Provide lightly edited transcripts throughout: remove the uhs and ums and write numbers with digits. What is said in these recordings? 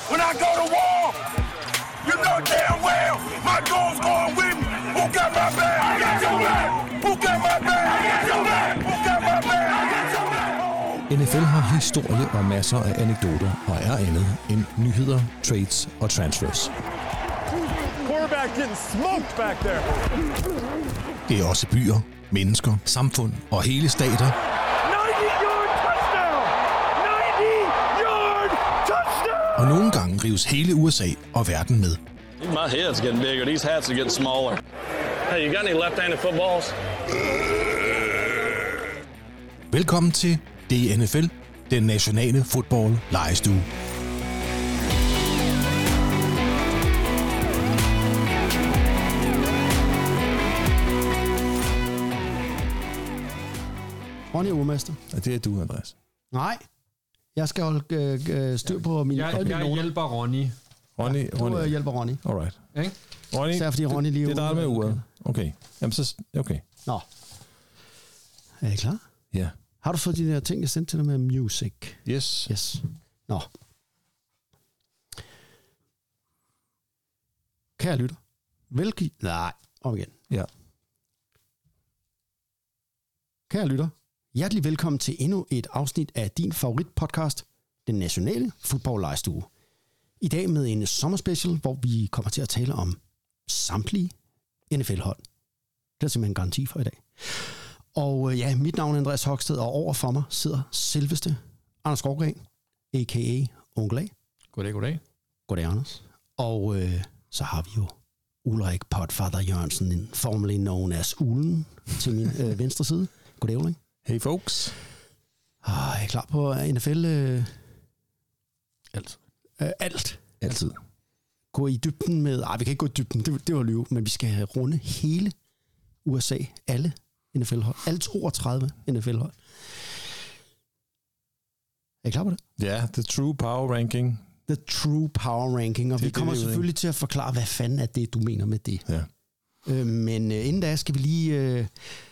when I go to war. You know damn well my goal's going with me. Who got my back? I got your back. Who got my back? I got your back. Who got my back? I got your back. NFL har historie og masser af anekdoter og er andet end nyheder, trades og transfers. Quarterback getting smoked back there. Det er også byer, mennesker, samfund og hele stater, 90-yard touchdown! 90-yard touchdown! og nogle gange rives hele USA og verden med. My head's getting bigger. These hats are getting smaller. Hey, you got any left-handed footballs? Velkommen til DNFL, den nationale fodbold legestue. Ronny er urmester. Og det er du, Andreas. Nej, jeg skal holde styr på mine Jeg hjælper Ronny. Ronny. Du hjælper Ronny. Alright. Ikke? Ronny, Især fordi Ronny lige det er dig med uret. Okay. Jamen så, okay. Nå. Er I klar? Ja. Har du fået de der ting, jeg sendte til dig med music? Yes. Yes. Nå. Kære lytter. Om igen. Ja. Kære lytter. Hjertelig velkommen til endnu et afsnit af din favoritpodcast, Den Nationale Fodbold Legestue. I dag med en sommerspecial, hvor vi kommer til at tale om samtlige NFL-hold. Det er simpelthen en garanti for i dag. Og ja, mit navn er Andreas Hoksted, og over for mig sidder selveste Anders Skovgren, a.k.a. Onkel A. Goddag. Goddag, Anders. Og så har vi jo Ulrik Potfather Jørgensen, formerly known as Ulen, til min venstre side. Goddag, Ulrik. Hey folks. Er I klar på NFL? Alt. Alt. Altid. Gå i dybden med... vi kan ikke gå i dybden, det var lyve, men vi skal runde hele USA, alle NFL-hold. Alle 32 NFL-hold. Er I klar på det? Ja, the true power ranking. The true power ranking, og vi kommer selvfølgelig til at forklare, hvad fanden er det, du mener med det. Ja. Men inden da skal vi lige...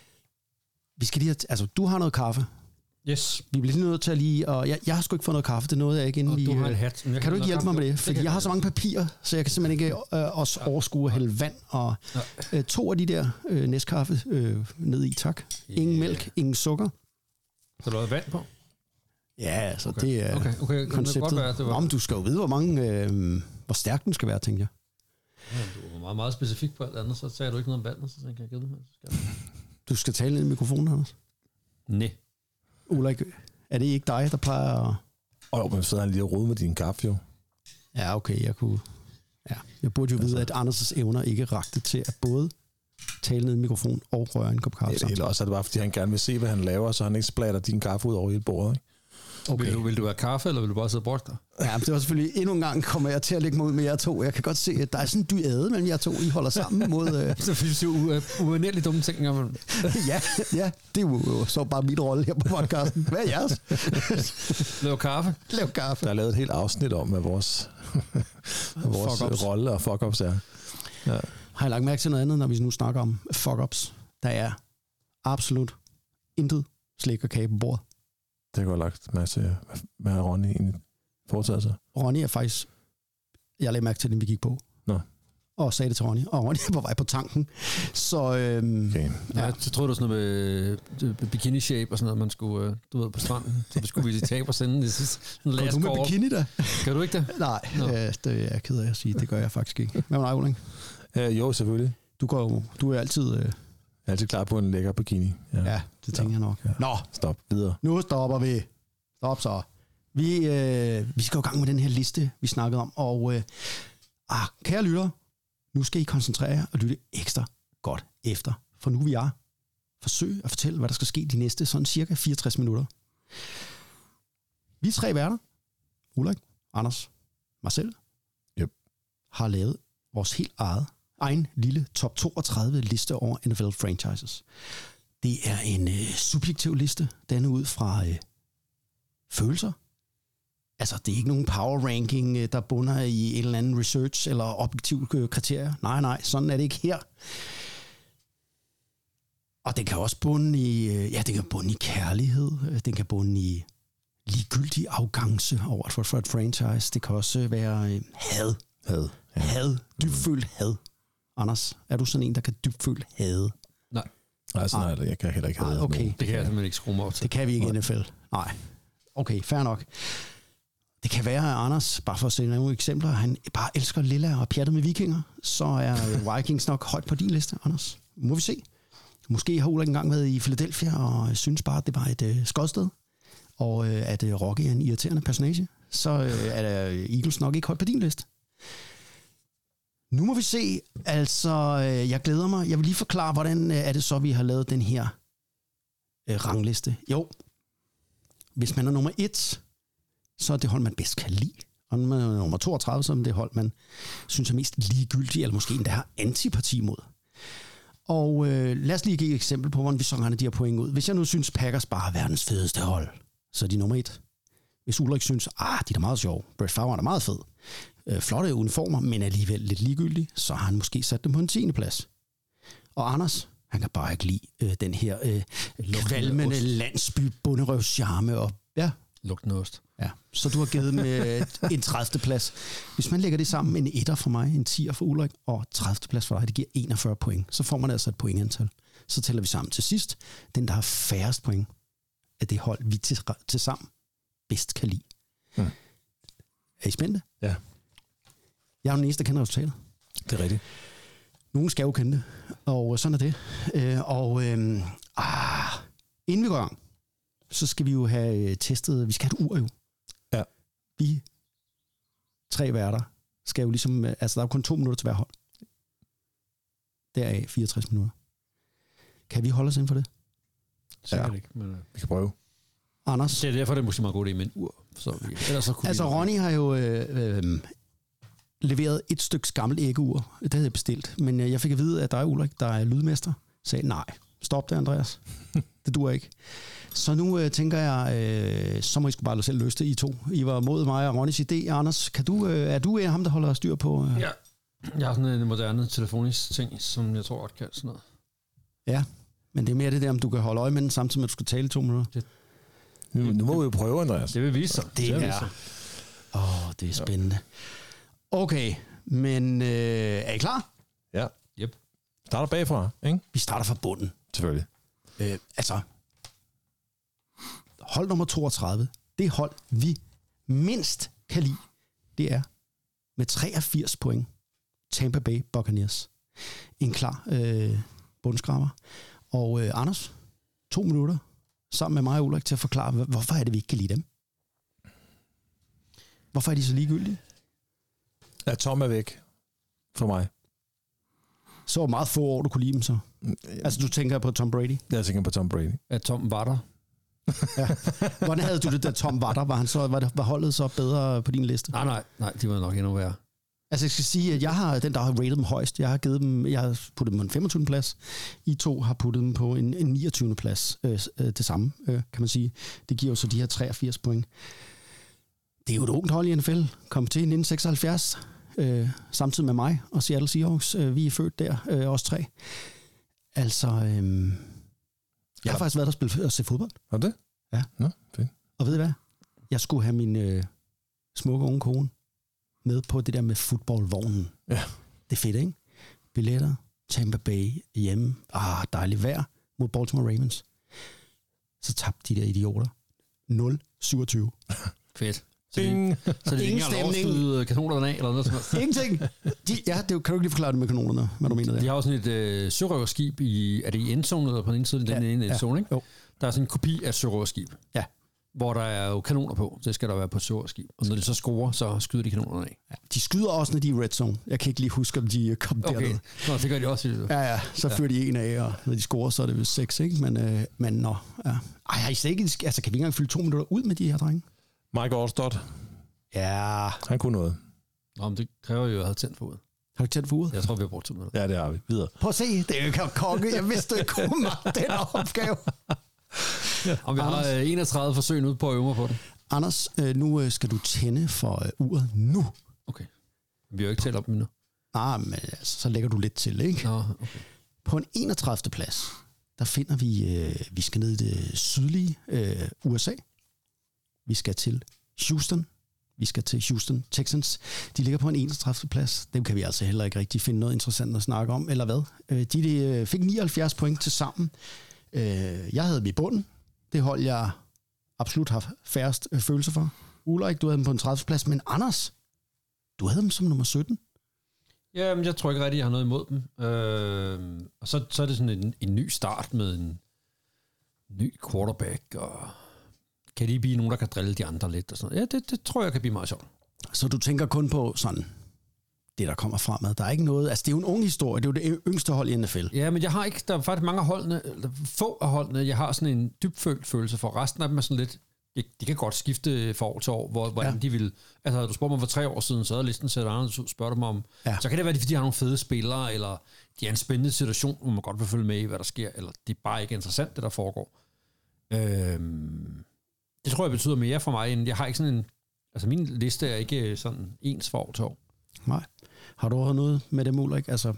altså, du har noget kaffe. Yes. Vi bliver lige nødt til at lige... Og jeg har sgu ikke fået noget kaffe, det nåede jeg ikke inden vi... Og du har en hat. Kan du ikke hjælpe mig med det? Fordi jeg har så mange papirer, så jeg kan simpelthen ikke også overskue at hælde vand. Og 2 af de der næstkaffe ned i, tak. Ingen mælk, ingen sukker. Så du har vand på? Ja, altså okay. Det er okay. konceptet. Godt være, det var... Nå, men du skal jo vide, hvor stærk den skal være, tænker jeg. Ja, du var meget, meget specifik på alt andet, så sagde du ikke noget om vandet, så tænker jeg, Du skal tale ind i mikrofonen, Anders. Nej. Ulrik, er det ikke dig, der plejer at... Men så er han lige og rode med din kaffe, jo. Ja, okay, jeg burde jo vide, at Anders' evner ikke rakte til at både tale ned i mikrofonen og røre en kop kaffe. Eller også er det bare, fordi han gerne vil se, hvad han laver, så han ikke splatter din kaffe ud over hele bordet, ikke? Okay. Vil du have kaffe, eller vil du bare sidde og brokke dig? Ja, det var selvfølgelig endnu en gang, kommer jeg til at lægge mig ud med jer to. Jeg kan godt se, at der er sådan en dyade mellem jer to, I holder sammen mod... Så findes det jo uanærligt dumme ting. ja, det er jo så bare mit rolle her på podcasten. Hvad er jeres? Lav kaffe. Der er lavet et helt afsnit om, hvad vores rolle og fuck-ups er. Ja. Har jeg lagt mærke til noget andet, når vi nu snakker om fuck-ups? Der er absolut intet slik og kage på bordet. Det har jeg lagt mærke til, hvad Ronny egentlig foretaget sig. Ronny er faktisk... Jeg lagde mærke til, den vi gik på. Nå. Og sagde det til Ronny. Og Ronny er på vej på tanken. Så... Okay. Ja, så troede du sådan noget med bikini shape og sådan noget, man skulle, på stranden. Så du skulle vi tage på senden. Går du med bikini da? Kan du ikke det? Nej, det er jeg ked af at sige. Det gør jeg faktisk ikke. Hvad med dig, Ulrik? Jo, selvfølgelig. Du er altid... Jeg er altid klar på en lækker bikini. Ja, det tænker jeg nok. Ja. Nå, stop videre. Nu stopper vi. Stop så. Vi skal jo i gang med den her liste, vi snakkede om. Og kære lyttere, nu skal I koncentrere jer og lytte ekstra godt efter. For nu vil jeg forsøge at fortælle, hvad der skal ske de næste sådan cirka 64 minutter. Vi 3 værter, Ulrik, Anders, mig selv, har lavet vores helt egen lille top 32 liste over NFL franchises. Det er en subjektiv liste, dannet ud fra følelser. Altså, det er ikke nogen power ranking, der bunder i en eller anden research eller objektiv kriterier. Nej, sådan er det ikke her. Og den kan også bunde i, den kan bunde i kærlighed, den kan bunde i ligegyldig arrogance over for et franchise. Det kan også være had. Had. Ja. Had. Dybfølt had. Anders, er du sådan en, der kan dybfølt had? Nej. Nej, sådan er det. Jeg kan heller ikke have Okay. Det kan jeg simpelthen ikke skrue mig op til. Det kan vi ikke i NFL. Nej. Okay, fair nok. Det kan være, at Anders, bare for at se nogle eksempler, han bare elsker lilla og pjattet med vikinger. Så er Vikings nok højt på din liste, Anders. Må vi se. Måske har Ulrik engang været i Philadelphia og synes bare, at det var et skodsted. Og at Rocky er en irriterende personage. Så er Eagles nok ikke højt på din liste. Nu må vi se. Altså, jeg glæder mig. Jeg vil lige forklare, hvordan er det så, vi har lavet den her rangliste. Jo, hvis man er nummer 1, så er det hold, man bedst kan lide. Og når man er nummer 32, så er det hold, man synes er mest ligegyldigt, eller måske endda har antipati mod. Og lad os lige give et eksempel på, hvordan vi så regner de her point ud. Hvis jeg nu synes, Packers bare er verdens fedeste hold, så er de nummer 1. Hvis Ulrik synes, de er da meget sjov, Brett Favre er meget fed, flotte uniformer, men alligevel lidt ligegyldige, så har han måske sat dem på en 10. plads. Og Anders, han kan bare ikke lide den her kvalmende landsby bunderøvscharme og ja. Lugtende ost. Ja, så du har givet dem en 30. plads. Hvis man lægger det sammen, en 1'er for mig, en 10'er for Ulrik og 30. plads for dig, det giver 41 point. Så får man altså et pointantal. Så tæller vi sammen til sidst. Den, der har færrest point, er det hold, vi til sammen bedst kan lide. Er I spændte? Ja. Jeg er den eneste, der kender resultatet. Det er rigtigt. Nogen skal jo kende det, og sådan er det. Inden vi går i gang, så skal vi jo have testet, vi skal have et ur jo. Ja. Vi 3 værter skal jo ligesom, altså der er jo kun 2 minutter til hver hold. Deraf 64 minutter. Kan vi holde os inden for det? Sikkert ikke, men vi kan prøve. Anders? Det er derfor, det er måske meget godt med en ur. Så ellers så kunne altså Ronny har jo leveret et stykke gammelt æggeur. Det havde jeg bestilt. Men jeg fik at vide, at der er Ulrik, der er lydmester. Sagde, nej, stop det, Andreas. Det duer ikke. Så nu tænker jeg, så må I sgu bare selv løse det, I to. I var mod mig og Ronnys idé. Anders, er du en af ham, der holder styr på? Ja, jeg har sådan en moderne telefonisk ting, som jeg tror godt kan sådan noget. Ja, men det er mere det der, om du kan holde øje med den, samtidig med, at du skal tale 2 minutter. Nu må vi jo prøve, Andreas. Det vil vise sig. Det er spændende. Okay, men er I klar? Ja. Yep. Starter bagfra, ikke? Vi starter fra bunden. Selvfølgelig. Hold nummer 32, det hold, vi mindst kan lide, det er med 83 point, Tampa Bay Buccaneers. En klar bundskraber. Og Anders, 2 minutter, sammen med mig og Ulrik, til at forklare, hvorfor er det, vi ikke kan lide dem? Hvorfor er de så ligegyldige? Ja, Tom er væk for mig. Så var meget få år, du kunne lide dem så. Altså, du tænker på Tom Brady? Jeg tænker på Tom Brady. Ja, Tom var der. Ja. Hvordan havde du det, da Tom var der? Var holdet så bedre på din liste? Nej, de var nok endnu værre. Altså, jeg skal sige, at jeg har den, der har rated dem højst. Jeg har puttet dem på en 25. plads. I to har puttet dem på en 29. plads. Det samme, kan man sige. Det giver jo så de her 83 point. Det er jo et ungt hold i NFL. Kom til i 1976. Samtidig med mig og Seattle Seahawks. Vi er født der, os 3. Altså, jeg har faktisk været der og se fodbold. Har du det? Ja. Nå, fint. Og ved I hvad? Jeg skulle have min smukke unge kone med på det der med fodboldvognen. Ja. Det er fedt, ikke? Billetter, Tampa Bay hjemme. Dejligt vejr mod Baltimore Ravens. Så tabte de der idioter 0-27. Fedt. Så det er ikke engang lov at skyde kanonerne af, eller noget sådan noget? Ingenting. Kan du ikke lige forklare det med kanonerne, hvad du mener der? De har jo sådan et sørøverskib er det i endzone, eller på den ene side, den ene endzone, ikke? Jo. Der er sådan en kopi af et sørøverskib. Ja. Hvor der er jo kanoner på. Det skal der være på et sørøverskib. Og når de så scorer, så skyder de kanonerne af. Ja. De skyder også, når de er i red zone. Jeg kan ikke lige huske, om de kom dernede. Nå, det gør de også. Ja. Så fører de en af, og når de scorer, så er det vel 6, ikke? Men nå, ja. Har I ikke, altså, kan vi ikke engang fylde 2 minutter ud med de her drenge? Mike Allstott. Ja. Han kunne noget. Nå, men det kræver jo, at jeg havde tændt for uret. Har du tændt for uret? Jeg tror, vi har brugt 2 minutter. Ja, det har vi. Videre. Prøv at se, det er jo konge. Jeg vidste ikke, kunne mig den opgave. Og vi har 31 forsøg ud på at øve mig på det. Anders, nu skal du tænde for uret nu. Okay. Vi har jo ikke talt op endnu. Men altså, så lægger du lidt til, ikke? Nå, okay. På en 31. plads, der finder vi skal ned i det sydlige USA. Vi skal til Houston. Vi skal til Houston Texans. De ligger på en 31. plads. Dem kan vi altså heller ikke rigtig finde noget interessant at snakke om, eller hvad? De fik 79 point til sammen. Jeg havde dem i bunden. Det hold, jeg absolut har færrest følelser for. Ulrik, du havde dem på en 30. plads, men Anders, du havde dem som nummer 17. Ja, men jeg tror ikke rigtig, jeg har noget imod dem. Og så er det sådan en ny start med en ny quarterback, og kan de blive nogen, der kan drille de andre lidt og sådan noget. Ja, det tror jeg kan blive meget sjovt. Så du tænker kun på sådan det, der kommer fremad. Der er ikke noget... Altså, det er jo en ung historie. Det er jo det yngste hold i NFL. Ja, men jeg har ikke... Der er faktisk mange af holdene... Få af holdene, jeg har sådan en dybfølt følelse for. Resten af dem er sådan lidt... De kan godt skifte fra år til år, hvordan de vil... Altså, du spurgte mig for 3 år siden, så havde listen set anderledes ud, spørger du mig om... Ja. Så kan det være, fordi de har nogle fede spillere, eller de er en spændende situation, hvor man godt vil følge med i, hvad der sker, eller det er bare ikke interessant, det der foregår. Det tror jeg betyder mere for mig, end jeg har ikke sådan en... Altså, min liste er ikke sådan ens for år til år. Nej. Har du også noget med det, Ulrik? Altså...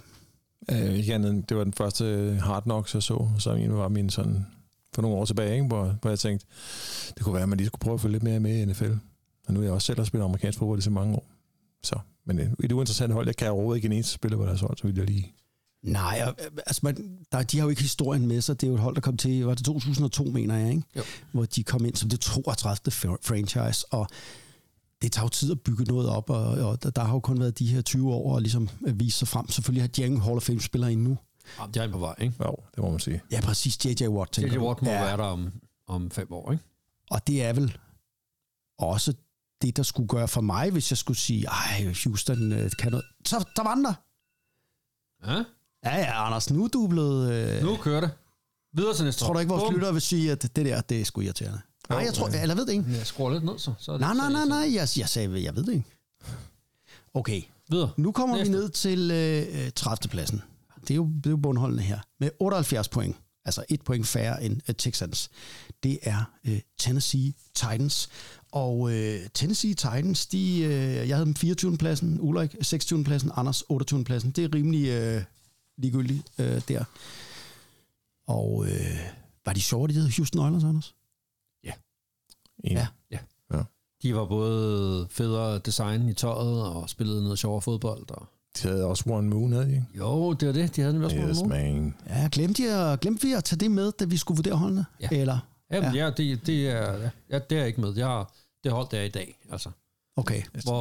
det var den første Hard Knocks, jeg så, som var min sådan... for nogle år tilbage, ikke? Hvor jeg tænkte, det kunne være, at man lige skulle prøve at følge lidt mere med i NFL. Og nu er jeg også selv at spille amerikansk fodbold i så mange år. Så, men et uinteressant hold, jeg kan overhovedet ikke en eneste spiller på deres hold, så vil jeg lige... Nej, altså de har jo ikke historien med sig. Det er jo et hold, der kom til, var det 2002, mener jeg, ikke? Jo. Hvor de kom ind som det 32. franchise, og det tager jo tid at bygge noget op, og der har jo kun været de her 20 år og ligesom vise sig frem. Selvfølgelig har de ingen Hall of Fame-spillere endnu. Ja, det er på vej, ikke? Jo, det må man sige. Ja, præcis. J.J. Watt. J.J. Watt må være der om 5 år, ikke? Og det er vel også det, der skulle gøre for mig, hvis jeg skulle sige, Houston kan noget. Så der var den der. Ja? Ja, Anders, nu er du blevet... Nu kører det. Videre til næste år. Tror du ikke, vores lyttere vil sige, at det der, det er sgu irriterende? Nej, jeg tror... Eller ved det ikke. Jeg skruer lidt ned, så er det nej. Jeg sagde, jeg ved det ikke. Okay. Videre. Nu kommer vi ned til 30. pladsen. Det er jo bundholdene her. Med 78 point. Altså 1 point færre end Texans. Det er Tennessee Titans. Og Tennessee Titans, jeg havde dem 24. pladsen, Ulrik 26. pladsen, Anders 28. pladsen. Det er rimelig ligegyldigt der. Og var de sjove, de hed Houston Oilers, Anders? Ja. De var både federe design i tøjet, og spillede noget sjovere fodbold. Og de havde også One Moon, havde de ikke? Jo, det var det. De havde nemlig også One Moon. Man. Ja, glemte vi at tage det med, da vi skulle vurdere holdene? Ja. Eller? Jamen, det er ikke med. Jeg har det hold, der er i dag. Altså. Okay.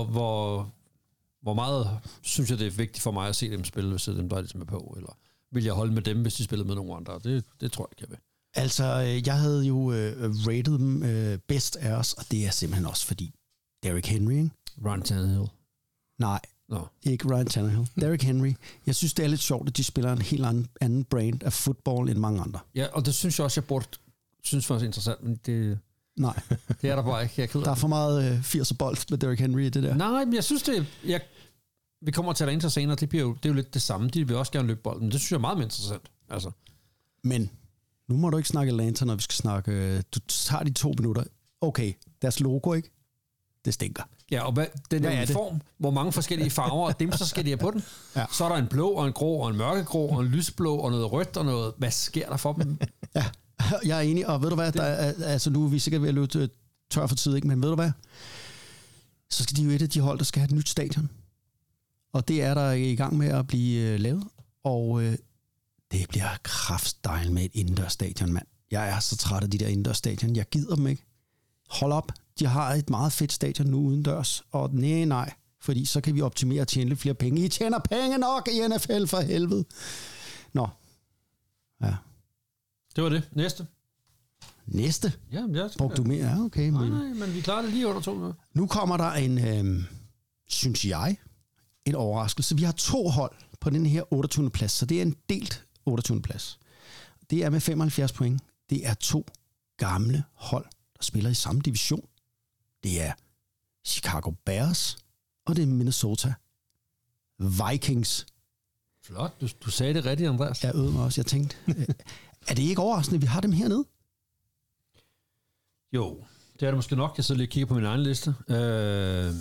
Hvor meget synes jeg, det er vigtigt for mig at se dem spille, hvis det er dem, der er ligesom på? Eller vil jeg holde med dem, hvis de spillede med nogle andre? Det tror jeg ikke, jeg vil. Altså, jeg havde jo rated dem bedst af os, og det er simpelthen også fordi Derrick Henry, ikke? Ryan Tannehill. Nej, ikke Ryan Tannehill. Derrick Henry. Jeg synes, det er lidt sjovt, at de spiller en helt anden brand af football end mange andre. Ja, og det synes jeg også, jeg burde synes var interessant, men det... Nej. Det er der bare ikke. Der er for meget 80'er bold med Derrick Henry i det der. Nej, men jeg synes det... Vi kommer til at ind senere, det er jo lidt det samme. De vil også gerne løbe bolden, men det synes jeg er meget mere interessant. Altså. Men nu må du ikke snakke Atlanta, når vi skal snakke... Du tager de 2 minutter. Okay, deres logo, ikke? Det stinker. Ja, og den der form, hvor mange forskellige farver, dem så skal de have på den. Ja. Så er der en blå, og en grå, og en mørkegrå, og en lysblå, og noget rødt, og noget... Hvad sker der for dem? Ja, jeg er enig, og ved du hvad, altså nu er vi sikkert ved at løbe tør for tid, ikke? Men ved du hvad? Så skal de jo et af de hold, der skal have et nyt stadion. Og det er der i gang med at blive lavet, og det bliver kraftdejl med et indendørsstadion, mand. Jeg er så træt af de der indendørsstadion. Jeg gider dem ikke. Hold op. De har et meget fedt stadion nu udendørs, og nej, fordi så kan vi optimere og tjene lidt flere penge. I tjener penge nok i NFL for helvede. Nå. Ja. Det var det. Næste? Ja, brugte du mere? Ja, okay. Nej, men vi klarer det lige under 2 minutter. Nu kommer der en, synes jeg, en overraskelse. Vi har 2 hold på den her 28. plads, så det er en delt 28. plads. Det er med 75 point. Det er 2 gamle hold, der spiller i samme division. Det er Chicago Bears, og det er Minnesota Vikings. Flot, du sagde det rigtigt, Andreas. Jeg øvede mig også. Jeg tænkte, er det ikke overraskende, at vi har dem hernede? Jo, det er det måske nok. Jeg sidder lige og kigger på min egen liste. Hvad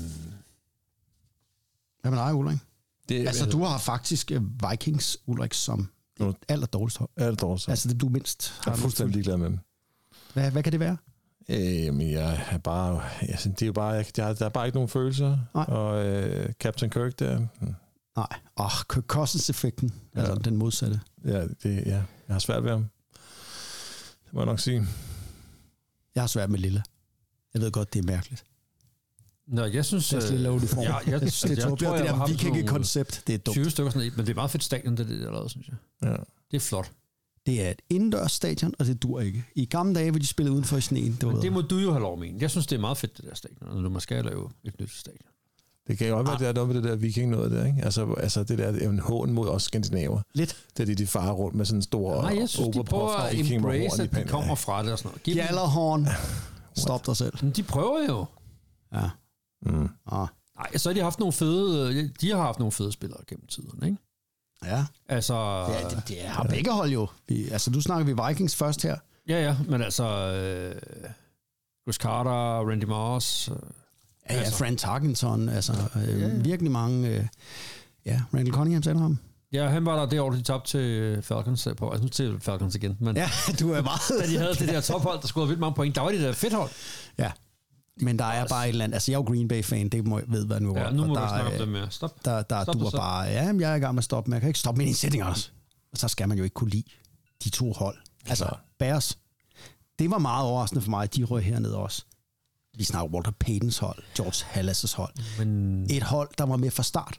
med dig, Ulrik? Altså, du har faktisk Vikings, Ulrik, som det allerdårligst hold. Allerdårligst. Altså, det du mindst har. Jeg er fuldstændig ligeglad med dem. Hvad kan det være? Men jeg er bare... det er jo bare... Der er bare ikke nogen følelser. Nej. Og Captain Kirk der... Nej. Kirk Cousins-effekten. Ja. Altså den modsatte. Ja, jeg har svært ved ham. Det må jeg nok sige. Jeg har svært med Lille. Jeg ved godt, det er mærkeligt. Nå, jeg synes... Det er lille uniform. Jeg synes, det er det der vikinge-koncept, det er dumt. 20 stykker sådan noget, men det er meget fedt stadion, det der lavet, synes jeg. Ja. Det er flot. Det er et indendørs stadion, og det dur ikke. I gamle dage, hvor de spillede udenfor i sneen. Det må du jo have lov at mene. Jeg synes, det er meget fedt, det der stadion, når man skal lave et nyt stadion. Det kan jo også være, det er noget med det der viking noget der, ikke? Altså det der er en hån mod os skandinaver. Lidt. Det er de farer rundt med sådan en stor... Nej, jeg synes, de prøver at embrace, at de kommer fra det og sådan noget. Gjallerhorn. Stop dig selv. Men de prøver jo. Ja. Nej, så har de haft nogle fede... De har haft nogle fede spillere gennem tiden, ikke? Ja. Altså... Ja, det har begge hold jo. Nu snakker vi Vikings først her. Ja, men altså... Chris Carter, Randy Moss... Frank Tarkenton, virkelig mange... Randall Cunningham sender ham. Ja, han var der det år, de tabte til Falcons på. Altså nu til Falcons igen. Men ja, du er meget... Da de havde det der tophold, der scorede vildt mange point, der var det der fedt hold. Ja, men der er bare et eller andet... Altså, jeg er jo Green Bay-fan, det må jeg ved, hvad nu er. Ja, nu må du snakke om dem mere. Stop. Der du er bare... Ja, jeg er i gang med at stoppe, men jeg kan ikke stoppe med en sætning også. Og så skal man jo ikke kunne lide de to hold. Altså, Bears. Det var meget overraskende for mig, at de røg hernede også. Vi snakker Walter Paytons hold, George Halas' hold. Men... Et hold, der var med fra start.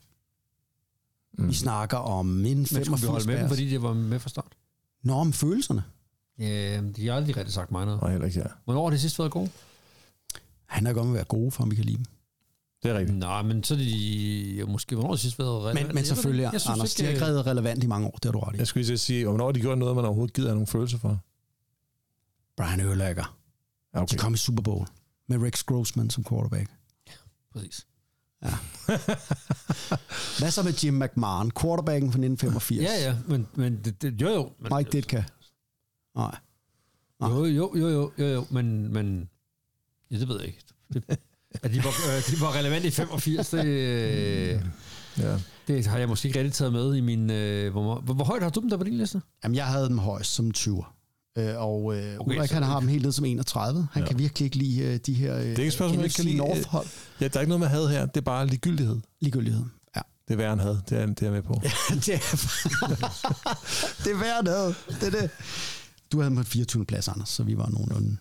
Vi snakker om en 85 Men skulle vi holde med dem, fordi de var med fra start? Nå, om følelserne. Ja, de har aldrig rigtig sagt mig noget. Nej, heller ikke, ja. Hvornår har det sidst været gode? Han er godt med at være gode, for om vi kan lide dem. Det er rigtigt. Nej, men så er de måske, hvornår har det sidst været relevant? Men selvfølgelig, Anders, de har ikke været relevant i mange år, det har du ret i. Jeg skulle lige sige, hvornår har de gjort noget, man overhovedet gider have nogle følelser for? Brian Urlacher. Okay. De kom i Super Bowl med Rex Grossman som quarterback. Ja, præcis. Ja. Hvad så med Jim McMahon, quarterbacken fra 1985? Ja, men det jo. Men, Mike Ditka. Nej. Jo, men ja, det ved jeg ikke. At de var relevante i 85, det har jeg måske ikke rigtig taget med i min... Hvor højt har du dem der på din liste? Jamen, jeg havde dem højst som 20'er. Og Ulrik, han har dem helt ned som 31. Han kan virkelig ikke lide de her... Det er ikke spørgsmål, jeg kan lide. Ja, der er ikke noget med had her. Det er bare ligegyldighed. Ligegyldighed, ja. Det er værre, han havde. Det er jeg med på. Ja, det er værre, han havde. Det er det. Du havde dem på 24. plads, Anders, så vi var nogenlunde.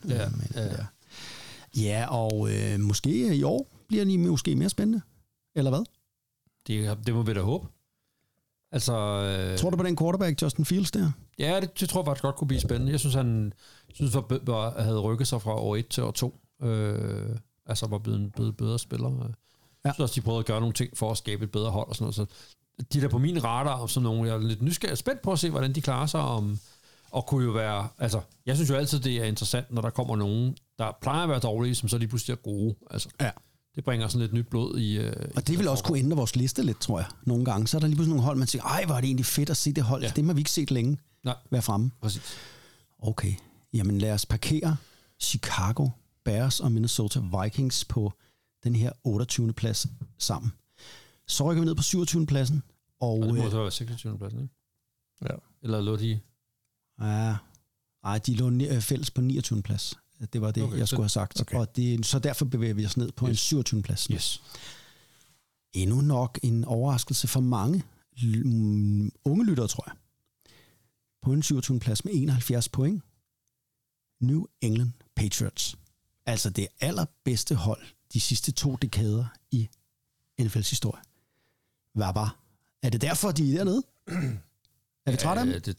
Ja, og måske i år bliver de måske mere spændende. Eller hvad? Det må vi da håbe. Altså, tror du på den quarterback, Justin Fields, der? Ja, det tror jeg faktisk godt kunne blive spændende. Jeg synes, han havde rykket sig fra år 1 til år 2. Altså var blevet bedre spiller. Jeg synes også, de prøvede at gøre nogle ting for at skabe et bedre hold og sådan noget. Så de der på min radar, og sådan nogle, jeg er lidt nysgerrig spændt på at se, hvordan de klarer sig om... Og kunne jo være... Altså, jeg synes jo altid, det er interessant, når der kommer nogen, der plejer at være dårlige, som så lige pludselig er gode. Altså, det bringer sådan lidt nyt blod i... Og det vil også kunne ændre vores liste lidt, tror jeg. Nogle gange. Så er der lige pludselig nogle hold, man siger, ej, hvor er det egentlig fedt at se det hold. Ja. Det har vi ikke set længe. Nej. Være fremme. Præcis. Okay. Jamen lad os parkere Chicago Bears og Minnesota Vikings på den her 28. plads sammen. Så rykker vi ned på 27. pladsen. Og det må så være 26. pladsen, ikke? Ja. Eller lå de... Nej, de lå fælles på 29. plads. Det var det, jeg skulle have sagt. Okay. Og så derfor bevæger vi os ned på en 27. plads. Yes. Endnu nok en overraskelse for mange unge lyttere, tror jeg. På en 27. plads med 71 point. New England Patriots. Altså det allerbedste hold de sidste 2 dekader i NFL's historie. Hvad var? Er det derfor, de er dernede? Er vi trætte af dem?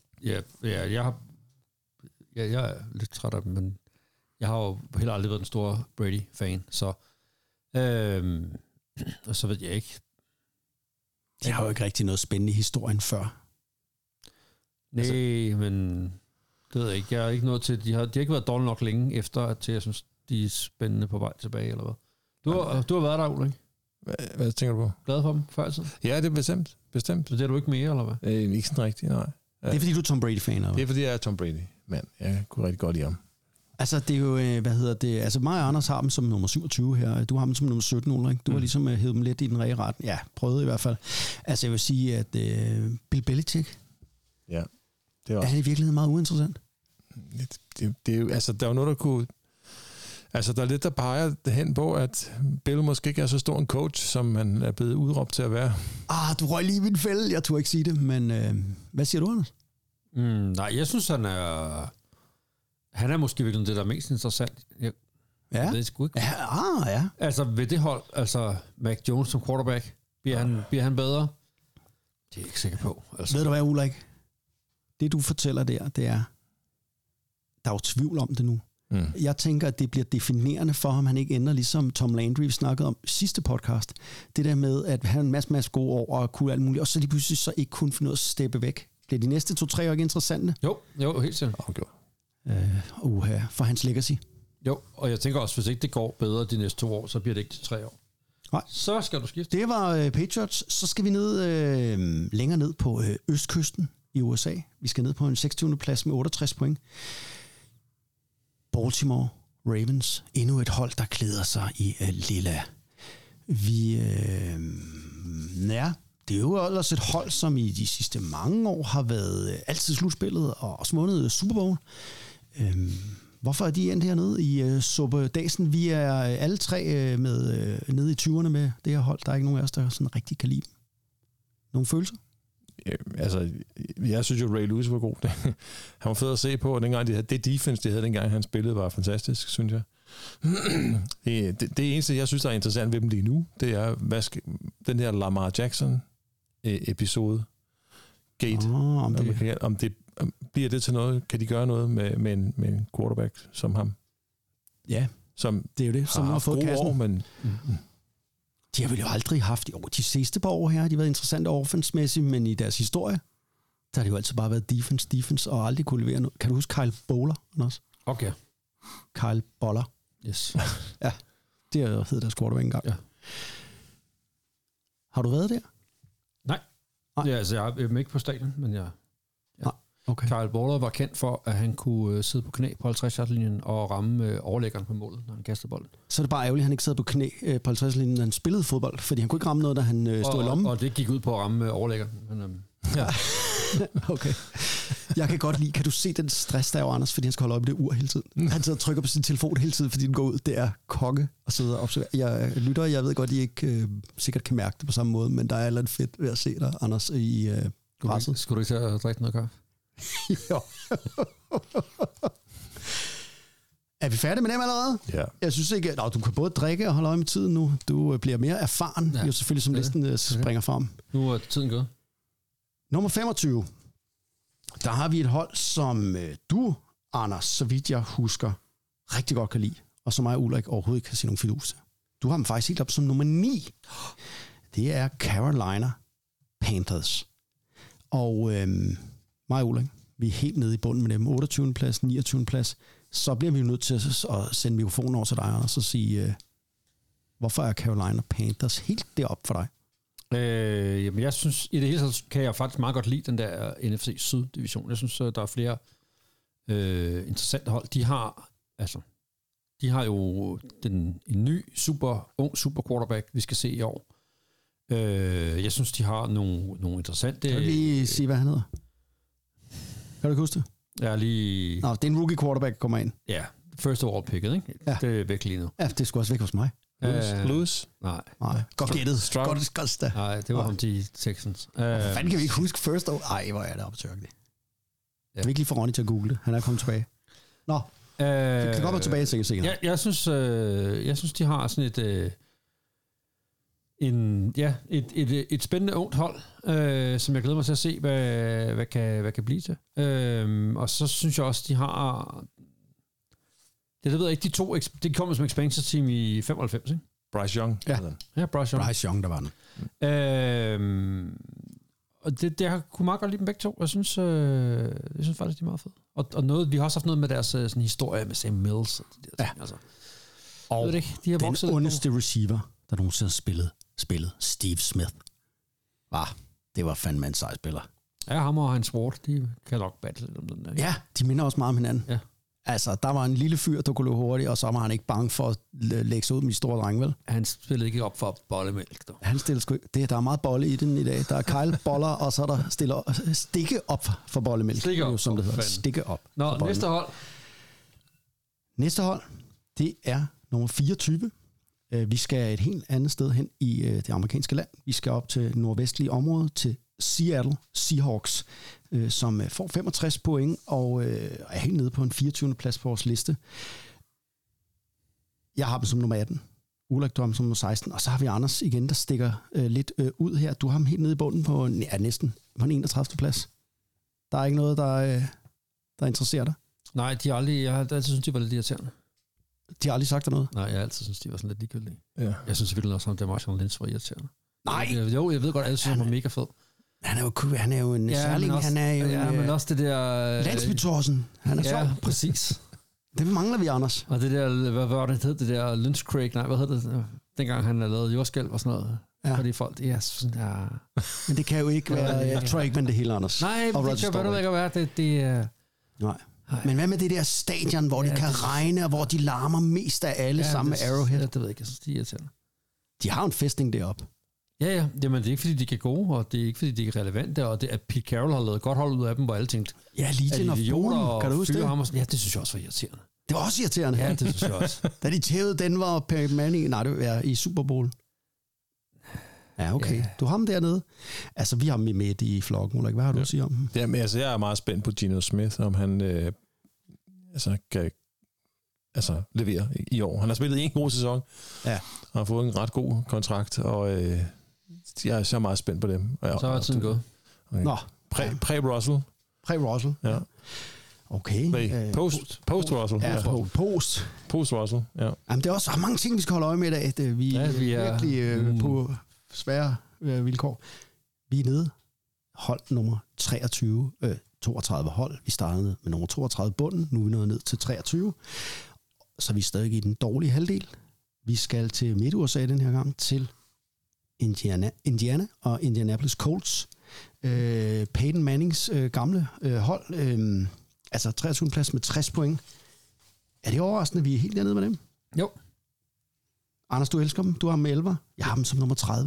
Jeg er lidt træt af dem, men jeg har jo heller aldrig været den store Brady-fan, så og så ved jeg ikke. De har jo ikke rigtig noget spændende i historien før. Nej, men det ved jeg ikke. Jeg er ikke nået til, de har ikke været dårlige nok længe efter, til jeg synes, de er spændende på vej tilbage, eller hvad? Du har været der, Ulrik. Hvad tænker du på? Glad for dem før tiden? Ja, det er bestemt. Så det er du ikke mere, eller hvad? Ikke sådan rigtigt, nej. Ja. Det er fordi, du er Tom Brady-fan, eller? Det er fordi, jeg er Tom Brady. Mand, jeg kunne rigtig godt lide ham. Altså, det er jo, altså mig og Anders har dem som nummer 27 her. Du har dem som nummer 17, Ulrik. Du har ligesom hævet dem lidt i den rige ret. Ja, prøvet i hvert fald. Altså, jeg vil sige, at Bill Belichick, ja, det er også... i virkeligheden meget uinteressant. Det er jo, altså, der er jo noget, der kunne... Altså, der er lidt, der peger hen på, at Bill måske ikke er så stor en coach, som han er blevet udråbt til at være. Du røg lige i min fælde. Jeg turde ikke sige det, men hvad siger du, Anders? Nej, jeg synes, han er måske virkelig det, der er mest interessant. Jeg ved sgu ikke. Ja. Altså, ved det hold, altså Mac Jones som quarterback, bliver han bedre? Det er jeg ikke sikker på. Altså. Ved du hvad, Ulrik? Det, du fortæller der, det er, der er jo tvivl om det nu. Jeg tænker, at det bliver definerende for ham, han ikke ender, ligesom Tom Landry, vi snakkede om sidste podcast. Det der med, at have en masse gode år og kunne alt muligt, og så lige pludselig så ikke kun finde noget at steppe væk. Bliver de næste 2-3 år ikke interessante? Jo, helt sikkert. Okay. For hans legacy. Jo, og jeg tænker også, hvis ikke det går bedre de næste 2 år, så bliver det ikke til 3 år. Nej. Så skal du skifte. Det var Patriots. Så skal vi længere ned på østkysten i USA. Vi skal ned på en 26. plads med 68 point. Baltimore Ravens. Endnu et hold, der klæder sig i lilla. Det er jo ellers et hold, som i de sidste mange år har været altid slutspillet og også vundet Super Bowl. Hvorfor er de endt hernede i suppedasen? Vi er alle tre nede i 20'erne med det her hold. Der er ikke nogen af os, der sådan rigtig kan lide dem. Nogle følelser? Altså, jeg synes jo, Ray Lewis var god. Han var fed at se på, og dengang det defense, de havde dengang, han spillede, var fantastisk, synes jeg. Det eneste, jeg synes, der er interessant ved dem lige nu, det er, den her Lamar Jackson-episode, Gate, om det bliver det til noget, kan de gøre noget med en quarterback som ham? Ja, som det er jo det, som har fået kassen. År, men de har vel jo aldrig haft de sidste par år her, de har været interessante offensmæssigt, men i deres historie, der har det jo altid bare været defense, og aldrig kunne levere noget. Kan du huske Kyle Bowler også? Okay. Kyle Boller. Yes. Ja, det har jo heddet deres quarterback engang. Ja. Har du været der? Nej. Ja, altså, jeg er ikke på stadion, men jeg... Ja. Nej. Okay. Kyle Bowler var kendt for, at han kunne sidde på knæ på 50-yard-linjen og ramme overlæggeren på målet, når han kastede bolden. Så er det bare ærgerligt, at han ikke sad på knæ på 50-linjen, når han spillede fodbold, fordi han kunne ikke ramme noget, da han stod i lommen. Og det gik ud på at ramme overlæggeren. Men, ja. Okay. Jeg kan godt lide, kan du se den stress, der er over Anders, fordi han skal holde øje med det ur hele tiden. Han sidder og trykker på sin telefon hele tiden, fordi den går ud. Det er konge at sidde og observere. Jeg ved godt, at I ikke sikkert kan mærke det på samme måde, men der er lidt fedt ved at se dig, Anders, i presset. Skulle du ikke tage at drikke noget kaffe? Jo. Er vi færdige med dem allerede? Ja. Jeg synes ikke, du kan både drikke og holde øje med tiden nu. Du bliver mere erfaren, jo selvfølgelig som listen springer frem. Nu er tiden gået. Nummer 25. Der har vi et hold, som du, Anders, så vidt jeg husker, rigtig godt kan lide, og som mig og Ulrik overhovedet ikke kan se nogen fidus til. Du har dem faktisk helt op som nummer 9. Det er Carolina Panthers. Og mig og Ulrik, vi er helt nede i bunden med dem. 28. plads, 29. plads. Så bliver vi jo nødt til at sende mikrofonen over til dig, Anders, og sige, hvorfor er Carolina Panthers helt deroppe for dig? Jamen jeg synes, i det hele taget kan jeg faktisk meget godt lide den der NFC Syd-division. Jeg synes, der er flere interessante hold. De har jo en ny ung super quarterback, vi skal se i år. Jeg synes, de har nogle interessante... Kan du lige sige, hvad han hedder? Kan du ikke huske det? Ja, lige... Nå, det er en rookie quarterback, der kommer ind. Ja, first overall picket, ikke? Ja. Det er væk lige nu. Ja, det skulle også væk hos mig. Lewis? Nej. Godt gættet. Godt da. Nej, det var ham til Texans. Fanden kan vi ikke huske first overall? Ej, hvor er det optørket. Ja. Kan vi ikke lige få Ronny til at google det? Han er kommet tilbage. Nå, det kan godt være tilbage til senere. Ja, jeg synes, de har sådan et spændende ungt hold, som jeg glæder mig til at se, hvad kan blive til. Og så synes jeg også, de har... Det ved jeg ikke, de kommer som expansion team i 95, ikke? Bryce Young. Ja, Bryce Young, der var den. Og det har kunne meget godt lide dem begge to. Jeg synes faktisk, de er meget fede. Og noget, vi har også haft noget med deres sådan historie med Sam Mills. Og de der ting, altså. Og det ikke, de har den ondeste receiver, der nogensinde har spillet Steve Smith. Det var fandme en sej spiller. Ja, ham og Heinz Ward, de kan nok battle lidt om den der. Ja, de minder også meget om hinanden. Ja. Altså, der var en lille fyr, der kunne løbe hurtigt, og så var han ikke bange for at lægge sig ud med de store drenge, vel? Han spillede ikke op for bollemælk, dog. Han stillede sgu ikke. Der er meget bolle i den i dag. Der er Kyle Boller, og så er der stikke op for bollemælk. Stikke op, som det hedder. Stikke op. Nå, næste hold. Næste hold, Det er nummer 24. Vi skal et helt andet sted hen i det amerikanske land. Vi skal op til nordvestlige område, til Seattle Seahawks, som får 65 point og er helt nede på en 24. plads på vores liste. Jeg har dem som nummer 18. Ulrik, du har dem som nummer 16. Og så har vi Anders igen, der stikker lidt ud her. Du har dem helt nede i bunden på næsten på en 31. plads. Der er ikke noget, der interesserer dig? Nej, jeg har altid synes, de var lidt irriterende. De har aldrig sagt dig noget? Nej, jeg har altid synes, de var sådan lidt ligegyldige. Ja. Jeg synes virkelig også, at det er Marshawn Lynch var irriterende. Nej! Jo, jeg ved godt, at alle synes, han var mega fed. Han er jo en særling. Han er jo men også det der... landsbytorsen. Han er sjov. Præcis. Det mangler vi, Anders. Og det der, hvad var det hed, det der Lynch Craig, nej, hvad hed det? Dengang han lavede jordskælv og sådan noget. Ja. Fordi folk, Men det kan jo ikke være Troy Aikman det hele, Anders. Nej, men det kan jo ikke være. Nej. Men hvad med det der stadion, hvor det kan regne, og hvor de larmer mest af alle sammen med Arrowhead? Ja, det ved jeg ikke, jeg synes, de er irriterende. De har en fæstning deroppe. Ja. Jamen, det er ikke, fordi de er gode, og det er ikke, fordi de er relevante, og det er, at Pete Carroll har lavet godt hold ud af dem, hvor alle tænkte, ja, Legion of Boom, kan du huske det? Ham og sådan. Ja, det synes jeg også var irriterende. Det var også irriterende. Ja, det synes jeg også. Da de tævede Denver og Peyton Manning, nej, det var i Super Bowl. Ja, okay. Ja. Du har ham dernede. Altså, vi har ham med i flokken, Ulrik. Hvad har du at sige om ham? Jamen, altså, jeg er meget spændt på Geno Smith, om han kan levere i år. Han har spillet en god sæson, og har fået en ret god kontrakt, og jeg er så meget spændt på dem. Så er tiden gået. Okay. Nå. Pre-Russell. Pre-Russell. Ja. Okay. Post-Russell. Ja, Post-Russell, ja. Jamen, det er også mange ting, vi skal holde øje med i dag. Vi er virkelig på svære vilkår. Vi er nede. Hold nummer 23. 32 hold. Vi startede med nummer 32 bunden. Nu er vi nået ned til 23. Så vi er stadig i den dårlige halvdel. Vi skal til Midt-USA den her gang, til Indiana og Indianapolis Colts. Peyton Mannings gamle hold. Altså 23. plads med 60 point. Er det overraskende, at vi er helt dernede med dem? Jo. Anders, du elsker dem. Du har dem med 11. Jeg har dem som nummer 30.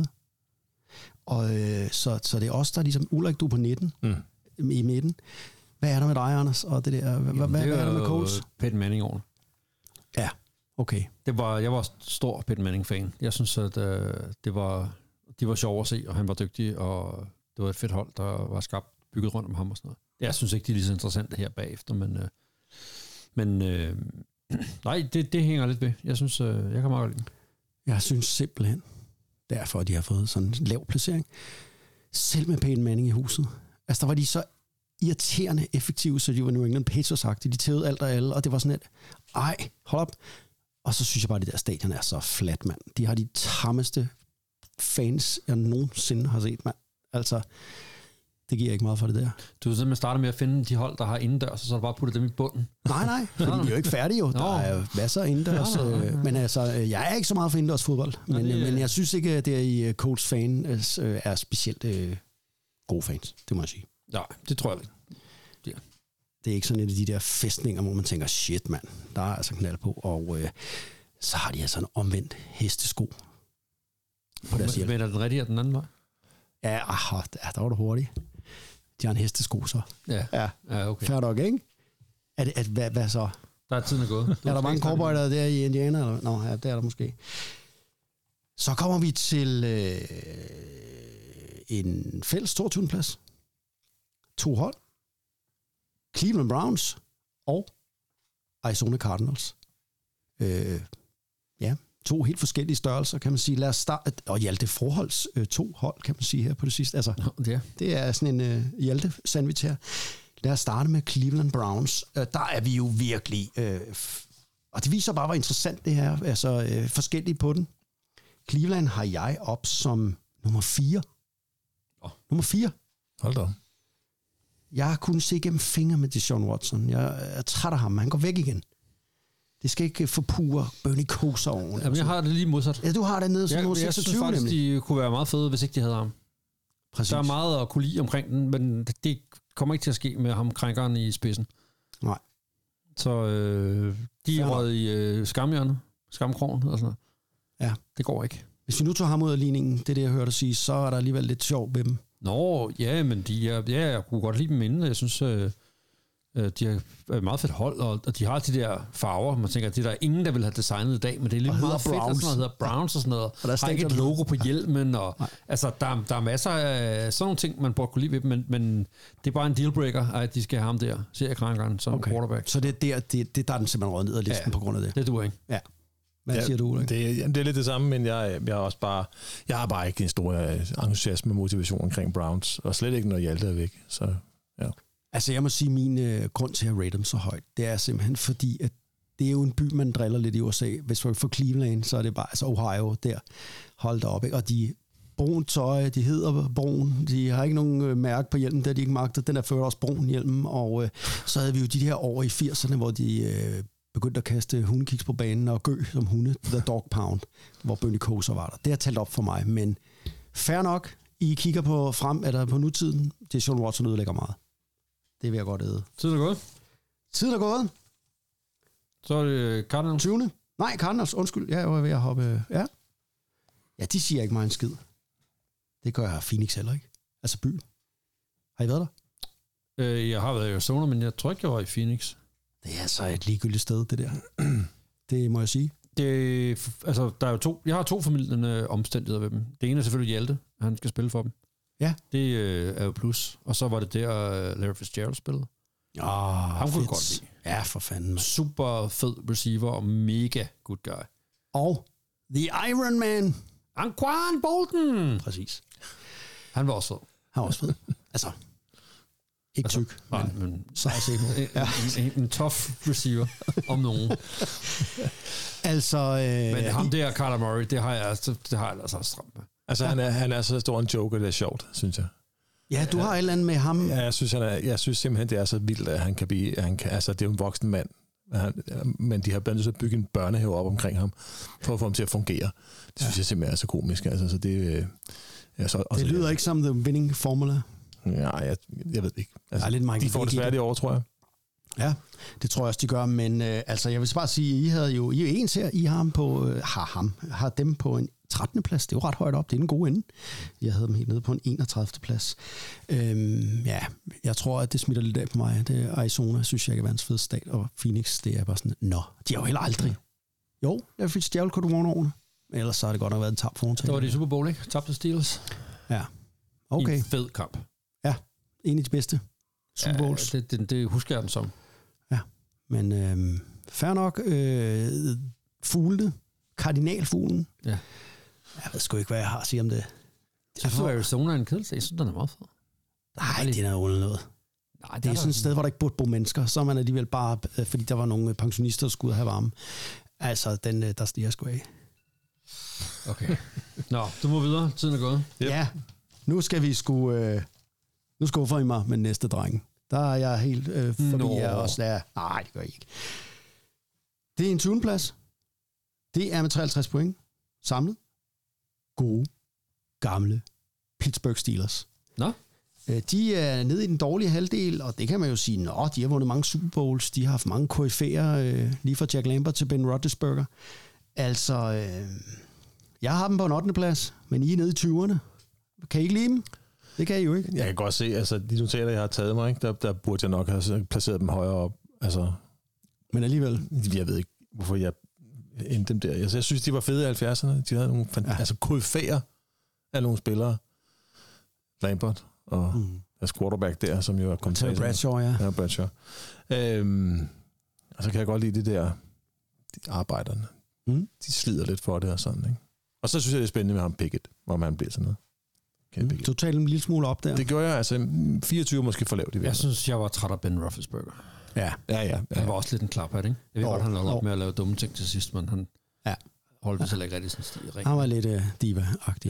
Og så det er os, der ligesom Ulrik, du på 19 i midten. Hvad er der med dig, Anders? Og det der, hvad er der med Colts? Peyton Manning over. Ja, okay. Jeg var stor Peyton Manning-fan. Jeg synes, at de var sjove at se, og han var dygtig, og det var et fedt hold, der var skabt bygget rundt om ham og sådan noget. Jeg synes ikke, de er lige så interessante her bagefter, men nej, det hænger lidt ved. Jeg synes, jeg kan meget lide. Jeg synes simpelthen, derfor de har fået sådan en lav placering. Selv med Peyton Manning i huset. Altså, der var de så irriterende effektive, så de var New England Patriots-agtige. De tævede alt og alle, og det var sådan et, hold op. Og så synes jeg bare, at det der stadion er så flat, mand. De har de tammeste fans, jeg nogensinde har set, mand. Altså, det giver ikke meget for det der. Du er simpelthen startet med at finde de hold, der har indendørs, og så har du bare puttet dem i bunden. Nej, for de er jo ikke færdige jo. Der er jo masser af indendørs. Men altså, jeg er ikke så meget for indendørs fodbold. Men jeg synes ikke, at det i Colts fans er specielt gode fans. Det må jeg sige. Nej, det tror jeg ikke. Ja. Det er ikke sådan et af de der festninger, hvor man tænker, shit mand, der er altså knald på. Og så har de altså en omvendt hestesko på deres hjælp. Men er den rigtige og den anden vej? Ja, der var du hurtig. De har en hestesko så. Ja, okay. Fair nok, ikke? Hvad så? Der er tiden gået. Er der mange cowboyer der i Indiana? Eller? Nå, ja, det er der måske. Så kommer vi til en fælles 22. plads. 2 hold. Cleveland Browns og Arizona Cardinals. Ja, 2 helt forskellige størrelser, kan man sige. Lad os starte, og Hjalte Forholds 2 hold, kan man sige her på det sidste. Altså, det er sådan en Hjalte sandwich her. Lad os starte med Cleveland Browns. Der er vi jo virkelig, og det viser bare, hvor interessant det her, altså forskelligt på den. Cleveland har jeg op som nummer 4. Nummer 4. Hold da. Jeg har kunnet se gennem fingre med Deshaun Watson. Jeg er træt af ham. Han går væk igen. Det skal ikke forpure Bernie Kosar oven. Jamen, jeg har det lige modsat. Ja, du har det nede som nummer 26, jeg synes faktisk, nemlig. de kunne være meget fede, hvis ikke de havde ham. Præcis. Der er meget at kunne lide omkring den, men det kommer ikke til at ske med ham krænkeren i spidsen. Nej. Så de er røget i skamhjørnet, skamkrogen og sådan noget. Ja. Det går ikke. Hvis vi nu tager ham ud af ligningen, det er det, jeg hørte dig sige, så er der alligevel lidt sjov ved dem. Nå, ja, men jeg kunne godt lide dem inden. Jeg synes, De har et meget fedt hold, og de har de der farver. Man tænker, at det er der ingen, der vil have designet i dag, men det er lidt meget fedt, og sådan noget hedder Browns og sådan noget. Og der er ikke et logo på hjelmen, og altså, der er masser af sådan nogle ting, man burde kunne lide ved dem, men det er bare en dealbreaker, at de skal have ham der, seriekrænkeren, som quarterback. Så det er der er den simpelthen røget ned af listen på grund af det? Det duer ikke. Ja. Hvad siger du, Ulrik? Det er lidt det samme, men jeg har bare ikke en stor entusiasme og motivation omkring Browns, og slet ikke, når Hjalte er væk. Så, ja. Altså, jeg må sige, min grund til at rate dem så højt, det er simpelthen fordi, at det er jo en by, man driller lidt i USA. Hvis man får Cleveland, så er det bare, altså Ohio der, hold da op, ikke? Og de brun tøj, de hedder brun, de har ikke nogen mærke på hjelmen, der de ikke magter. Den er før også brun hjelmen, og så havde vi jo de her år i 80'erne, hvor de begyndte at kaste hundekiks på banen og gø som hunde, The Dog Pound, hvor Bernie Kosar var der. Det har talt op for mig, men fair nok, I kigger på nutiden, det er Sean Watson ødelægger meget. Det vil jeg godt æde. Tiden er gået. Tiden er gået. Så er det Cardinals. 20. Nej, Cardinals, undskyld. Jeg var ved at hoppe. Ja, de siger ikke mig en skid. Det gør jeg Phoenix heller ikke. Altså byen. Har I været der? Jeg har været i Arizona, men jeg tror ikke, jeg var i Phoenix. Det er altså et ligegyldigt sted, det der. Det må jeg sige. Altså, der er jo to. Jeg har to familierne omstændigheder ved dem. Det ene er selvfølgelig Hjalte. Han skal spille for dem. Ja. Det er jo plus. Og så var det der, Larry Fitzgerald spillede. Han kunne godt lide. Ja, for fanden. Man. Super fed receiver og mega good guy. Og The Iron Man. Anquan Bolton. Præcis. Han var også fed. Han var også fed. Altså, ikke tyk, men så er se på. En tough receiver, om nogen. Altså... men ham der, Kyler Murray, det har jeg altså stramt med. Altså, han er så stor en joker, det er sjovt, synes jeg. Ja, du har et eller andet med ham. Ja, jeg synes simpelthen, det er så vildt, at han kan blive... altså, det er jo en voksen mand, men de har blandt andet bygget en børnehave op omkring ham, for at få ham til at fungere. Det synes jeg simpelthen er så komisk. Altså, så det... det lyder ikke som the winning formula. Ja, jeg ved ikke. Altså, lidt de får det svært i år, tror jeg. Ja, det tror jeg også, de gør, men altså, jeg vil bare sige, I er jo ens her, I har ham på, har dem på en 13. plads. Det er jo ret højt op, det er en god ende. Jeg havde dem helt nede på en 31. plads. Ja, jeg tror, at det smitter lidt af på mig. Det er Arizona, synes jeg, er verdens fede stat, og Phoenix, det er bare sådan, de har jo heller aldrig. Jo, jeg fik stjævlet, kunne du vågne over. Ellers så har det godt nok været en tab for Det var de Super Bowl, ikke? Tabte Steelers. Ja, okay. En fed kamp. Ja, en af de bedste Super Bowls. Ja, det husker jeg den som. Ja, men fair nok. Fuglene, kardinalfuglen. Ja. Jeg ved sgu ikke, hvad jeg har at sige om det. Jeg tror, Arizona er en kedelse. Jeg synes, den er meget fed. Nej, det er under noget. Nej, det er sådan et sted, hvor der ikke burde bo mennesker. Så er man alligevel bare, fordi der var nogle pensionister, der skulle have varme. Altså, der stiger sgu af. Okay. Nå, du må videre. Tiden er gået. Yep. Ja, nu skal vi nu skuffer I mig med næste dreng. Der er jeg helt forbi jer også. Ja, nej, det gør jeg ikke. Det er en 20. plads. Det er med 53 point. Samlet. Gode, gamle Pittsburgh Steelers. Nå? De er nede i den dårlige halvdel, og det kan man jo sige, de har vundet mange Super Bowls, de har haft mange koryfæer, lige fra Jack Lambert til Ben Roethlisberger. Altså, jeg har dem på en 8. plads, men I er nede i 20'erne. Kan I ikke lide dem? Det kan I jo ikke. Jeg kan godt se, altså de notater, jeg har taget mig, ikke, der burde jeg nok have placeret dem højere op. Altså, men alligevel? Jeg ved ikke, hvorfor jeg endte dem der. Altså, jeg synes, de var fede i 70'erne. De havde nogle koryfæer af nogle spillere. Lambert og deres quarterback der, som jo er kommet Bradshaw, ja. Ja, Bradshaw. Og så kan jeg godt lide det der, arbejderne. De slider lidt for det og sådan, ikke? Og så synes jeg, det er spændende med ham Pickett, hvor man bliver sådan noget. Du talte en lille smule op der. Det gjorde jeg, altså 24 måske for lavt i Jeg synes, jeg var træt af Ben Roethlisberger. Ja. Han var også lidt en klaphat, ikke? Jeg ved godt, han lavede op med at lave dumme ting til sidst, men han holdt det så ikke rigtig sådan stil. Han var lidt diva-agtig.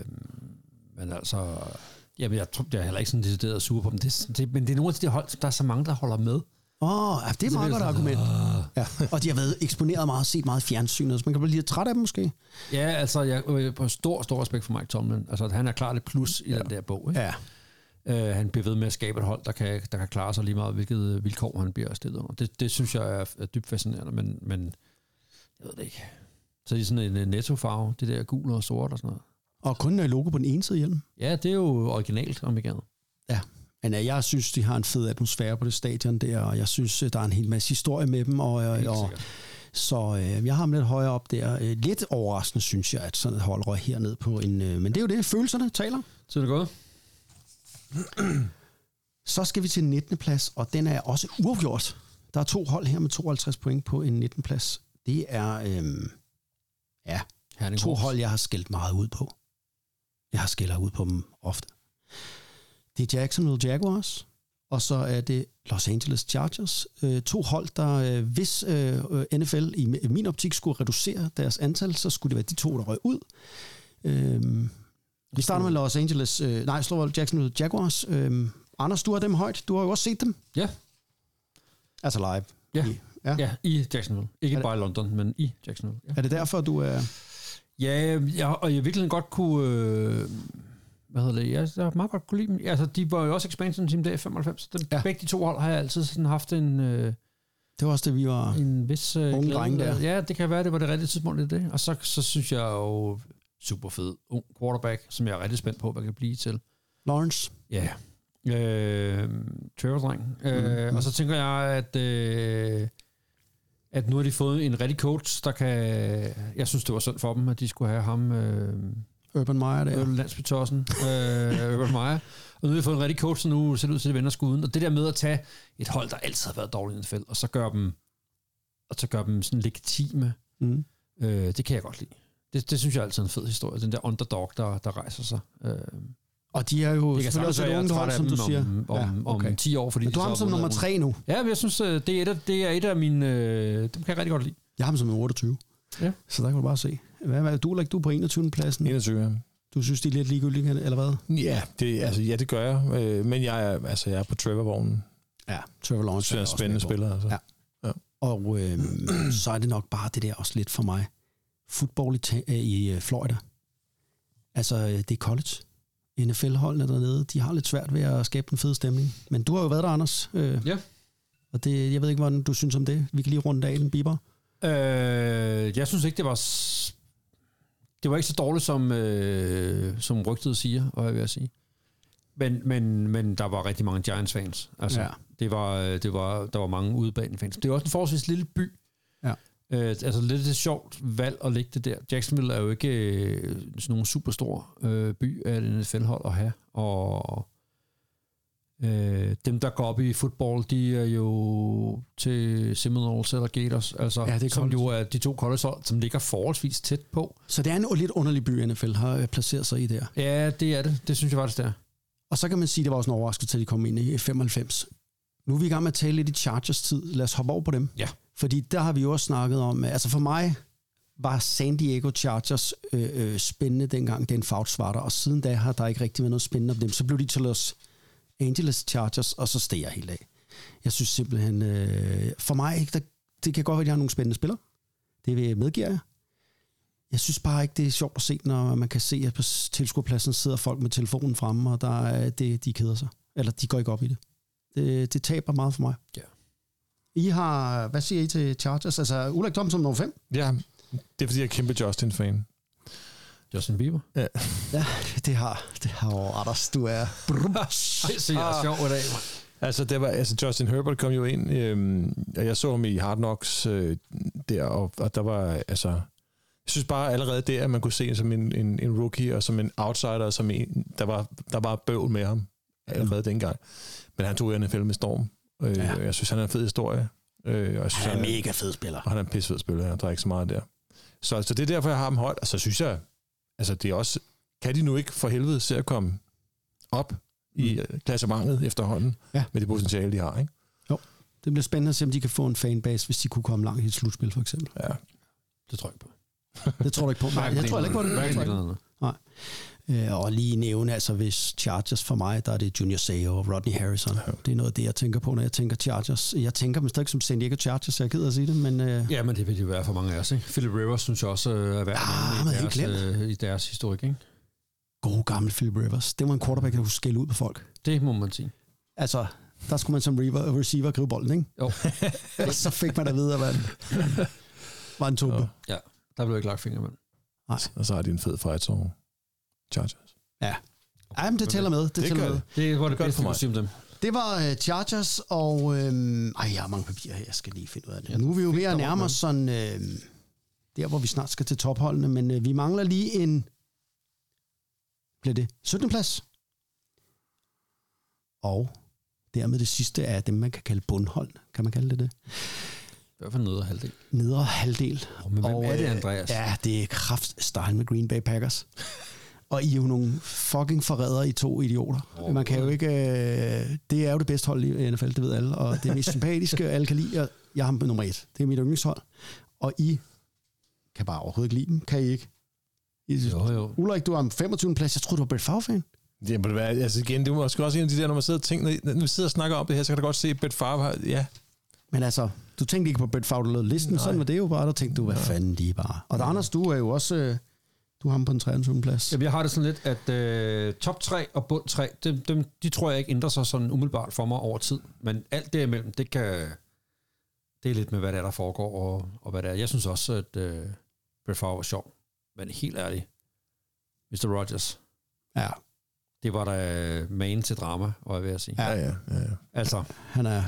Men altså... Jamen, jeg tror, jeg er heller ikke sådan decideret sur på dem. Men det er nogle af de hold, der er så mange, der holder med. Det er meget godt argument. Ja. Og de har været eksponeret meget, set meget fjernsynet, så man kan blive lidt træt af dem måske. Ja, altså, jeg har stor respekt for Mike Tomlin. Altså, han er klart et plus i den der bog. Ikke? Ja. Han bliver ved med at skabe et hold, der kan klare sig lige meget, hvilket vilkår han bliver stillet under. Det synes jeg er dybt fascinerende, men jeg ved det ikke. Så det er sådan en nettofarve, det der gul og sort og sådan noget. Og kun logo på den ene side hjelm. Ja, det er jo originalt, om ikke andet. Ja, Men jeg synes, de har en fed atmosfære på det stadion der, og jeg synes, der er en hel masse historie med dem, så jeg har dem lidt højere op der. Lidt overraskende, synes jeg, at sådan et hold røg herned på en... men det er jo det, følelserne taler. Så er det godt. Så skal vi til 19. plads, og den er også uafgjort. Der er 2 hold her med 52 point på en 19. plads. Det er 2 hold, jeg har skældt meget ud på. Jeg har skælder ud på dem ofte. Det er Jacksonville Jaguars, og så er det Los Angeles Chargers. 2 hold, der hvis NFL i min optik skulle reducere deres antal, så skulle det være de 2, der røg ud. Vi starter med Los Angeles, Jacksonville Jaguars. Anders, du har dem højt. Du har jo også set dem. Ja. Altså live. Ja, i Jacksonville. Ikke bare i London, men i Jacksonville. Ja. Er det derfor, du er... Ja, og jeg virkelig godt kunne... Jeg meget godt kunne lide dem. Altså, de var jo også expansion team der i 95. Begge de 2 hold har jeg altid sådan haft en... det var også det, vi var en vis unge drenge der. Ja, det kan være, det var det rigtige tidspunkt i det. Og så synes jeg jo super fed ung quarterback, som jeg er rigtig spændt på, hvad kan blive til. Lawrence. Ja. Trevor-dreng. Og så tænker jeg, at nu har de fået en rigtig coach, der kan... Jeg synes, det var synd for dem, at de skulle have ham... Urban Meyer der. Landsbytossen. Urban Meyer. Og nu har de fået en rigtig coach, så nu ser det ud til, at det vender skuden. Og det der med at tage et hold, der altid har været dårligt i NFL, og så gøre dem sådan legitime, det kan jeg godt lide. Det synes jeg altid er en fed historie. Den der underdog, der rejser sig. Og de er jo selvfølgelig også et ungt hold, som du siger. Om 10 år. Fordi men du har ham som nummer 3 nu. Ja, men jeg synes, det er et af mine... Dem kan jeg rigtig godt lide. Jeg har ham som nummer 28. Ja. Så der kan du bare se. Hvad du på 21. pladsen? 21, ja. Du synes, de er lidt ligegyldige, eller hvad? Ja, det gør jeg. Men jeg er på Trevor-vognen. Ja, Trevor Lawrence er en spændende spiller. Altså. Ja. Og så er det nok bare det der også lidt for mig. Football i Florida. Altså, det er college. NFL-holdene dernede, de har lidt svært ved at skabe en fed stemning. Men du har jo været der, Anders. Ja. Og det, jeg ved ikke, hvordan du synes om det. Vi kan lige runde af den, Bieber. Jeg synes ikke, det var ikke så dårligt, som rygtet siger, hvad jeg vil sige. Men der var rigtig mange Giants-fans. Altså, ja. Der var mange udebanefans. Det er også en forholdsvis lille by. Ja. Altså lidt et sjovt valg at lægge det der. Jacksonville er jo ikke sådan nogen superstor by af et NFL-hold at have. Og dem, der går op i fodbold, de er jo til Seminoles eller Gators, altså, ja, som jo er de 2 collegehold, som ligger forholdsvis tæt på. Så det er en lidt underlig by, NFL har placeret sig i der. Ja, det er det. Det synes jeg faktisk, det er. Og så kan man sige, at det var også en overraskelse, til de kom ind i 95. Nu er vi i gang med at tale lidt i Chargers tid. Lad os hoppe over på dem. Ja. Fordi der har vi jo også snakket om, altså for mig var San Diego Chargers spændende dengang, den Fouts var der, og siden da har der ikke rigtig været noget spændende om dem. Så blev de til Los Angeles Chargers, og så steg jeg helt af. Jeg synes simpelthen, for mig, det kan godt være, at de har nogle spændende spillere. Det medgiver jeg. Jeg synes bare ikke, det er sjovt at se, når man kan se, at på tilskuerpladsen sidder folk med telefonen fremme, og de keder sig. Eller de går ikke op i det. Det taber meget for mig. Ja. I har, hvad siger I til Chargers? Altså, Ulrik Thom som nummer 5? Ja, det er fordi, jeg er kæmpe Justin-fan. Justin Bieber? Ja, det har Anders. Du er... Det ser sjovt ud af. Altså, Justin Herbert kom jo ind, og jeg så ham i Hard Knocks der, og der var, altså... Jeg synes bare allerede der, at man kunne se som en rookie, og som en outsider, som en, der var bøvl med ham allerede dengang. Men han tog NFL med storm. Jeg synes, han er en fed historie. Og jeg synes, han er en mega fed spiller. Og han er en pissefed spiller, der er ikke så meget der. Så det er derfor, jeg har ham højt. Og så synes jeg, altså det er også, kan de nu ikke for helvede se at komme op i klassementet efterhånden, med det potentiale, de har, ikke? Jo, det bliver spændende at se, om de kan få en fanbase, hvis de kunne komme langt i et slutspil, for eksempel. Ja. Det tror jeg ikke på. Det tror du ikke på? Nej, jeg tror ikke på det. Nej. Og lige nævne, altså hvis Chargers for mig, der er det Junior Seau og Rodney Harrison. Det er noget af det, jeg tænker på, når jeg tænker Chargers. Jeg tænker dem stadig som San Diego Chargers, så jeg gider at sige det, men... Ja, men det vil det være for mange af os, ikke? Philip Rivers synes jeg også er værd i deres historik, ikke? God gammel Philip Rivers. Det var en quarterback, der kunne skælde ud på folk. Det må man sige. Altså, der skulle man som receiver gribe bolden, ikke? Jo. Så fik man at vide, at man var en tumpe. Ja, der blev ikke lagt finger med. Nej. Og så har de en fed fight over Chargers. Ja. Ej, men det tæller med. Det tæller med. Det var det bedste for mig. Dem. Det var Chargers, og... jeg har mange papirer her, jeg skal lige finde ud af det. Ja, nu er vi jo ved at nærme os sådan... der, hvor vi snart skal til topholdene, men vi mangler lige en... Bliver det 17. plads? Og dermed det sidste er dem, man kan kalde bundhold. Kan man kalde det? I hvert fald nedre halvdel. Nedre halvdel. Men hvem er det, Andreas? Ja, det er kraftstyle med Green Bay Packers. Og I er jo nogle fucking forrædere, I 2 idioter. Man kan jo ikke... det er jo det bedste hold i NFL, det ved alle. Og det mest sympatiske, alle kan lide. Jeg har nummer 1. Det er mit yndlingshold. Og I kan bare overhovedet ikke lide dem. Kan I ikke? Jo. Ulrik, du har en 25. plads. Jeg tror du var Brett Favre-fan. Det må det være. Altså igen, det er måske også en af de der, når man sidder og snakker om det her, så kan du godt se, at Brett Favre ja. Men altså, du tænkte ikke på Brett Favre, der lavede listen. Nej. Sådan var det jo bare. Der tænkte du, hvad fanden de er bare. Og Anders, du er jo også... Du har ham på en 23. plads. Jamen, jeg har det sådan lidt, at top 3 og bund 3, de tror jeg ikke ændrer sig sådan umiddelbart for mig over tid. Men alt derimellem, det er lidt med, hvad der foregår, og hvad det er. Jeg synes også, at Brett Favre var sjov. Men helt ærligt, Mr. Rogers. Ja. Det var da magen til drama, var jeg ved at sige. Ja. Altså, han er...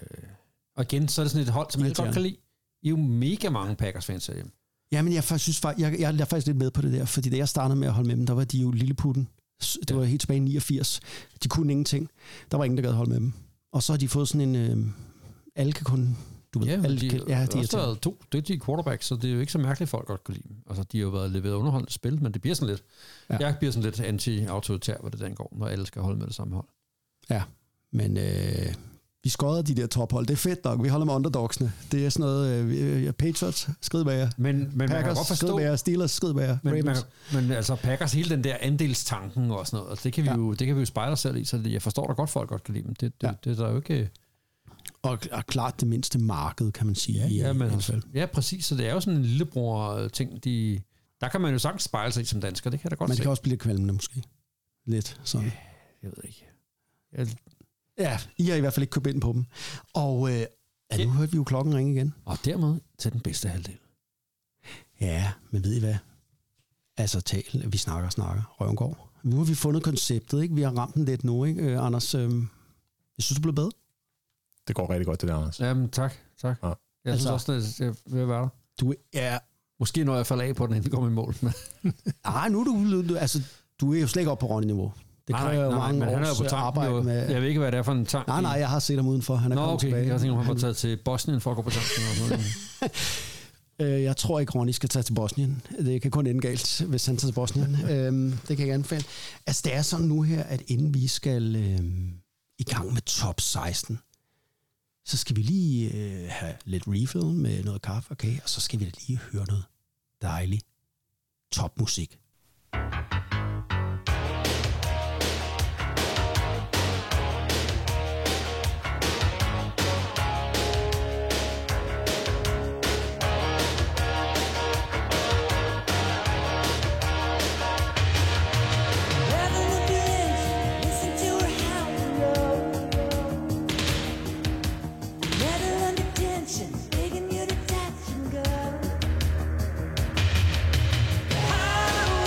og igen, så er det sådan et hold, som jeg godt kan lide. I er jo mega mange Packers-fans herhjemme. Ja, men jeg er faktisk lidt med på det der, fordi da jeg startede med at holde med dem, der var de jo lilleputten. Det var helt tilbage i 89. De kunne ingenting. Der var ingen, der gad holde med dem. Og så har de fået sådan en... alle kan kun... Du ved, de har også været 2 dygtige quarterbacks, så det er jo ikke så mærkeligt, folk godt kan lide dem. Altså, de har jo været leveret underholdende spil, men det bliver sådan lidt... Ja. Jeg bliver sådan lidt anti-autoritær, hvad det den går, når alle skal holde med det samme hold. Ja, men... vi skodder de der tophold. Det er fedt nok. Vi holder med underdogsene. Det er sådan noget... Patriots, skridbager. Men man kan godt forstå... Skridbager, Steelers, skridbager, Ravens. Men altså Packers, hele den der andelstanken og sådan noget, altså, det kan vi jo spejle os selv i, så jeg forstår da godt, folk godt kan lide dem. Det er der jo ikke... Og klart det mindste marked, kan man sige. Ja, men altså, ja, præcis. Så det er jo sådan en lillebror-ting, der kan man jo sagtens spejle sig i som dansker. Det kan jeg da godt se. Men det kan også blive lidt kvalmende, måske. Lidt sådan. Jeg ved ikke. Ja, I har i hvert fald ikke købt ind på dem. Og nu hørte vi jo klokken ringe igen. Og dermed til den bedste halvdel. Ja, men ved I hvad? Altså vi snakker. Røven går. Nu har vi fundet konceptet, ikke? Vi har ramt den lidt nu, ikke? Anders, jeg synes, du blev bedre. Det går rigtig godt, det der, Anders. Jamen, tak. Ja. Jeg synes også, at jeg vil være der. Du er... Måske når jeg falder af på den, inden det kommer i mål. Nej, nu er du er jo slet ikke oppe på Ronny-niveau. Det kræver jo mange års arbejde med... Jeg ved ikke, hvad det er for en tank. Nej, jeg har set ham udenfor. Han er kommet tilbage. Jeg tænker, han var taget til Bosnien for at gå på tanken. Jeg tror ikke, Ronny skal tage til Bosnien. Det kan kun ende galt, hvis han tager til Bosnien. Det kan jeg ikke anbefale. Altså, det er sådan nu her, at inden vi skal i gang med top 16, så skal vi lige have lidt refill med noget kaffe og kage, og så skal vi lige høre noget dejligt topmusik. I don't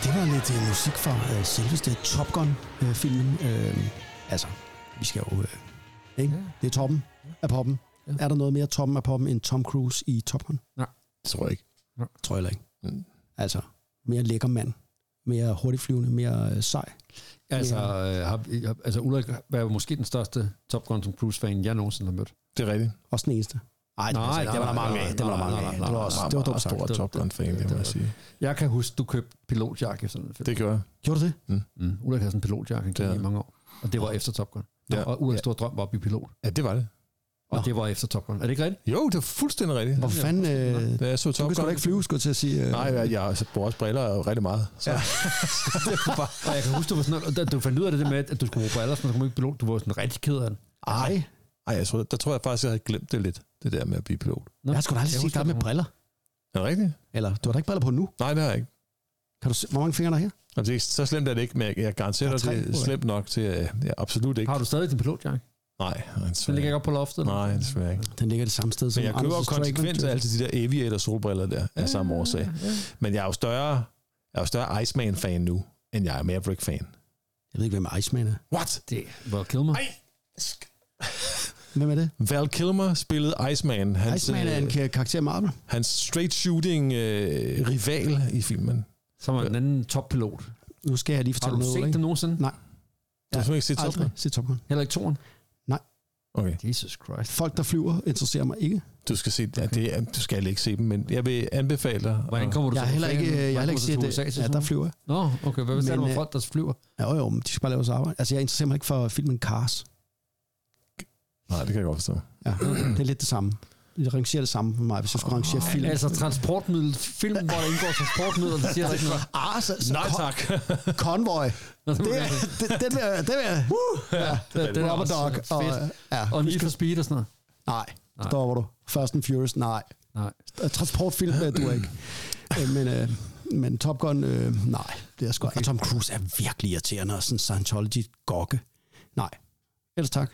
Det var lidt musik fra selveste Top Gun-filmen. Altså, vi skal jo... ikke? Det er toppen af poppen. Ja. Er der noget mere toppen af poppen end Tom Cruise i Top Gun? Nej. Det tror jeg ikke. Tror jeg ikke. Altså, mere lækker mand. Mere hurtigflyvende, mere sej. Altså Ulrik var jo måske den største Top Gun Tom Cruise-fan, jeg nogensinde har mødt. Det er rigtigt. Også den eneste. Nej, det var der mange af. Det var dumt sagt. Stor Top Gun-fan, det må jeg sige. Jeg kan huske, du købte pilotjakke efter den film. Det gjorde jeg. Gjorde du det? Ulrik havde sådan en pilotjakke i mange år. Og det var efter Top Gun. Ja. Og Ulriks store drøm var at blive pilot. Ja, det var det. Og det var efter Top Gun. Er det ikke rigtigt? Jo, det var fuldstændig rigtigt. Hvor fanden... Da jeg så Top Gun... Du kan sgu da ikke flyve, skulle til at sige... Nej, jeg bruger også briller rigtig meget. Så. Ja. Og jeg kan huske, du var sådan, da du fandt ud af det med, at du skulle bruge briller, så du kom ikke pilot. Du var sådan rigtig ked af den. Ej, der tror jeg faktisk, jeg havde glemt det lidt, det der med at blive pilot. Jeg har sgu da aldrig set dig med briller. Er det rigtigt? Eller, du har da ikke briller på nu? Nej, det har jeg ikke. Kan du se, hvor mange fingre der er her? Altså, så slemt er det ikke, men jeg garanterer dig, det er slemt nok til, at jeg absolut ikke... Har du stadig din pilotjakke? Nej, den ligger ikke op på loftet? Nej, desværre ikke. Den ligger det samme sted som... Men jeg køber jo konsekvent af altid de der Aviator-solbriller der, af samme årsag. Ja. Men jeg er jo større Iceman-fan nu, end jeg er Maverick-fan. Jeg ved ikke, hvem Iceman er. What? Det var Kilmer. Hvem er det? Val Kilmer spillede Iceman. Iceman er en karakter Marvel. Hans straight shooting rival i filmen. Som er en anden toppilot. Nu skal jeg lige fortælle noget. Har du set dem nogensinde? Nej. Du har ikke set Top Gun? Set Top Gun. Heller ikke toren? Nej. Okay. Jesus Christ. Folk, der flyver, interesserer mig ikke. Du skal se, du skal ikke se dem, men jeg vil anbefale dig. Hvordan kommer du jeg har heller ikke set det. Ja, der flyver jeg. Nå, okay. Hvad er det med folk, der flyver? Jo, de skal bare lave sig arbejde. Altså, jeg interesserer mig ikke for filmen Cars. Nej, det kan jeg godt forstå. Ja, det er lidt det samme. Jeg rangerer det samme for mig, hvis jeg skulle rangere film. Altså transportmiddel, film, hvor der indgår transportmiddel, det siger der ikke noget. Nej, tak. Convoy. Den vil jeg. Det er Rubber Dog. Og Need for Speed og sådan noget. Nej, stopper du. Fast and Furious, nej. Transportfilm, du ikke. Men Top Gun, nej. Det er sgu okay. Og Tom Cruise er virkelig irriterende, og sådan Scientology-gokke. Nej. Ellers tak.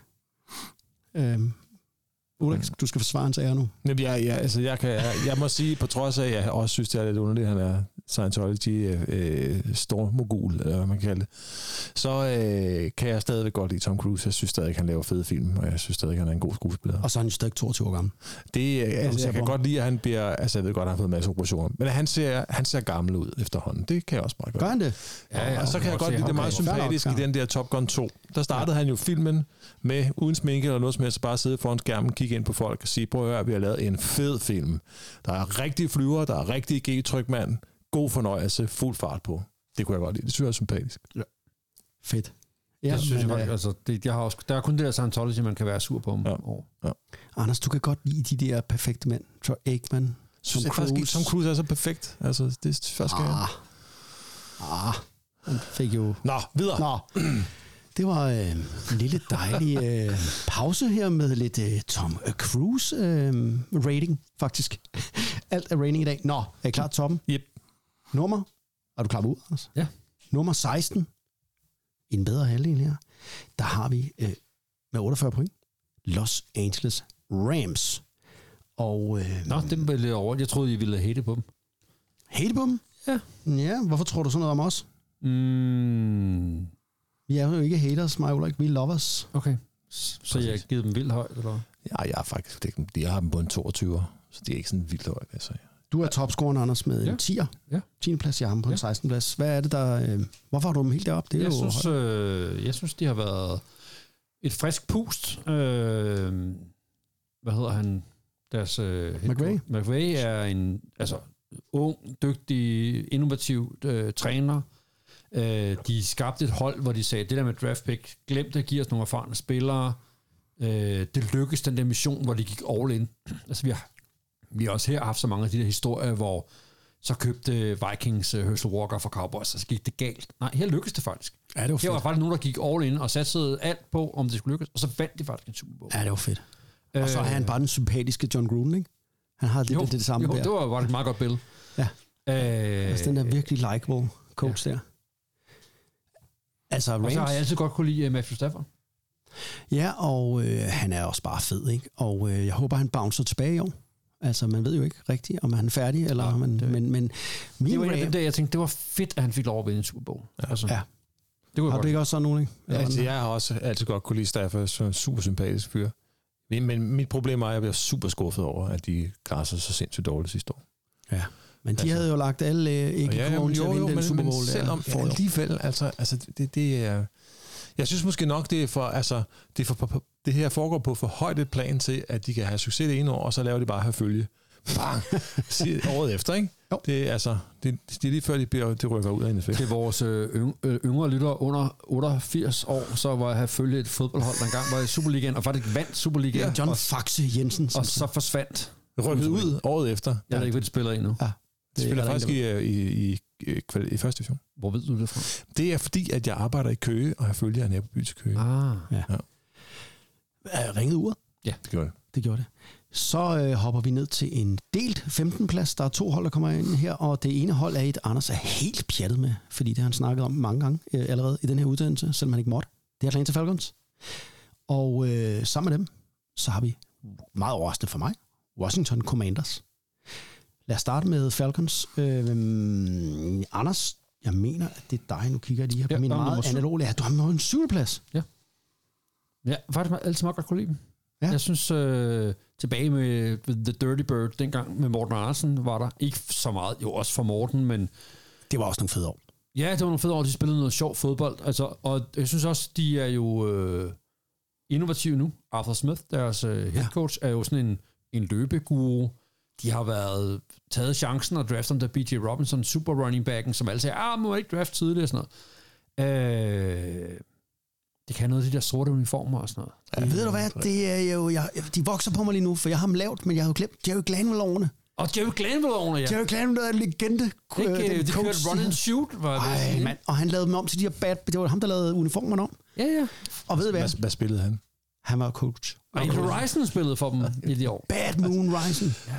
Ulrik, du skal forsvare hans ære nu. Jeg må sige, på trods af, at jeg også synes, det er lidt underligt, at han er Scientology stor mogul, eller hvad man kan kalde det, så kan jeg stadigvæk godt lide Tom Cruise. Jeg synes stadig, at han laver fede film, og jeg synes stadig, at han er en god skuespiller. Og så er han jo stadig 22 år gammel. Jeg kan godt lide, at han bliver... Altså, jeg ved godt, at han har fået en masse operationer, men han ser gammel ud efterhånden. Det kan jeg også bare godt. Gør han det? Ja, og så kan jeg godt lide, det er meget sympatisk i den der Top Gun 2. Der startede han jo filmen med, uden sminke eller noget som helst, bare sidde foran skærmen, kigge ind på folk og sige, prøv at høre, vi har lavet en fed film. Der er rigtige flyver, der er rigtige G-trykmand, god fornøjelse, fuld fart på. Det kunne jeg godt lide. Det synes jeg er sympatisk. Ja. Fedt. Ja, det synes jeg altså, der er kun det der Scientology, man kan være sur på om. Ja. Anders, du kan godt lide de der perfekte mænd. Troy Aikman, Tom Cruise. Tom Cruise er så perfekt. Altså, det er først han fik jo... Nå, videre. Det var en lille dejlig pause her med lidt Tom Cruise rating, faktisk. Alt er rating i dag. Nå, er I klar til toppen? Yep. Nummer? Er du klar på ud, Anders? Ja. Nummer 16. En bedre halvdel her. Der har vi med 48 point Los Angeles Rams. Og... det var lidt over. Jeg troede, I ville hate på dem. Hate på dem? Ja. Ja, hvorfor tror du sådan noget om os? Vi er jo ikke haters, mig Ulrik. Vi er lovers. Okay. Så jeg har givet dem vildt højt, eller? Ja, jeg har faktisk ikke. Jeg har dem på en 22, så det er ikke sådan vildt højt, altså. Du er topscoren, Anders, med en 10'er. Ja. 10. plads, jeg har ham på en 16. plads. Hvad er det, der... hvorfor har du dem helt deroppe? Jeg synes, de har været et frisk pust. Hvad hedder han? Deres... McVay er en ung, dygtig, innovativ træner. De skabte et hold, hvor de sagde, det der med draft pick, glem det, giver os nogle erfarne spillere. Det lykkedes den der mission, hvor de gik all in. Altså, vi har også her haft så mange af de der historier, hvor så købte Vikings Herschel Walker fra Cowboys, og så gik det galt. Nej, her lykkedes det faktisk. Ja, det var fedt. Her var faktisk nogen, der gik all in og satsede alt på, om det skulle lykkes, og så vandt de faktisk en Super Bowl. Ja, det var fedt. Og så er han bare den sympatiske John Gruden, ikke? Han har det samme der. Det var et meget godt billede. Ja. Altså den der virkelig likeable coach der. Altså, og så har jeg altid godt kunne lide Matthew Stafford. Ja, og han er også bare fed, ikke? Og jeg håber, han bouncer tilbage i år. Altså, man ved jo ikke rigtigt, om han er færdig, eller om man... Men det var en af dem, jeg tænkte, det var fedt, at han fik lov at vinde en Super Bowl. Altså, ja. Det var har du ikke også sådan nogen, ikke? Ja, altså, jeg har også altid godt kunne lide Stafford som en super sympatisk fyr. Men mit problem er, at jeg bliver super skuffet over, at de græsser så sindssygt dårligt sidste år. Ja, men de havde jo lagt alle ikke til at vinde den Super Bowl. Men selvom alligevel, altså det er... Jeg synes måske nok, det er for, altså, det her foregår på for højt et plan til, at de kan have succes det ene år, og så laver de bare herfølge. Bang! Året efter, ikke? Jo. Det er altså, det er lige før, de rykker ud af NFL. Til vores yngre lyttere under 88 år, så var jeg følge et fodboldhold, der engang var i Superligaen, og faktisk vandt Superligaen. Ja, John Faxe Jensen. Og så forsvandt. Rykket ud året efter. Jeg ved ikke, hvad de spiller endnu. Ja. De spiller faktisk i første division. Hvor ved du det fra? Det er fordi, at jeg arbejder i Køge, og jeg følger naboby til Køge. Ja. Ringede uret? Ja, det gjorde det. Det gjorde det. Så hopper vi ned til en delt 15-plads. Der er 2 hold, der kommer ind her, og det ene hold er et, Anders er helt pjattet med, fordi det har han snakket om mange gange allerede i den her uddannelse, selvom han ikke måtte. Det er Atlanta Falcons. Og sammen med dem, så har vi, meget overraskende for mig, Washington Commanders. Lad os starte med Falcons. Anders, jeg mener, at det er dig, nu kigger jeg lige her på min meget analoge. Ja, du har med en 7. plads. Ja. Ja, faktisk altid meget godt kunne lide dem. Ja. Jeg synes, tilbage med The Dirty Bird, dengang med Morten Andersen, var der ikke så meget, jo også for Morten, men... Det var også nogle fede år. Ja, det var nogle fede år, de spillede noget sjov fodbold, altså, og jeg synes også, de er jo innovative nu. Arthur Smith, deres head coach, er jo sådan en løbeguru. De har været taget chancen og draftet dem, der B.J. Robinson, super running backen, som alle sagde, må ikke draft tidligt og sådan noget. Det kan noget af de der sorte uniformer og sådan noget. Ved du hvad, det er jo... de vokser på mig lige nu, for jeg har dem lavt, men jeg har jo glemt Jerry Glanville-årene. Og Jerry Glanville-årene, ja. Jerry Glanville er en legende. Det kørte run and shoot, var det. Mand, og han lavede dem om til de her det var ham, der lavede uniformerne om. Ja. Og ved du hvad? Hvad spillede han? Han var coach. Og Horizon spillede for dem i de år. Bad Moon Rising. Ja.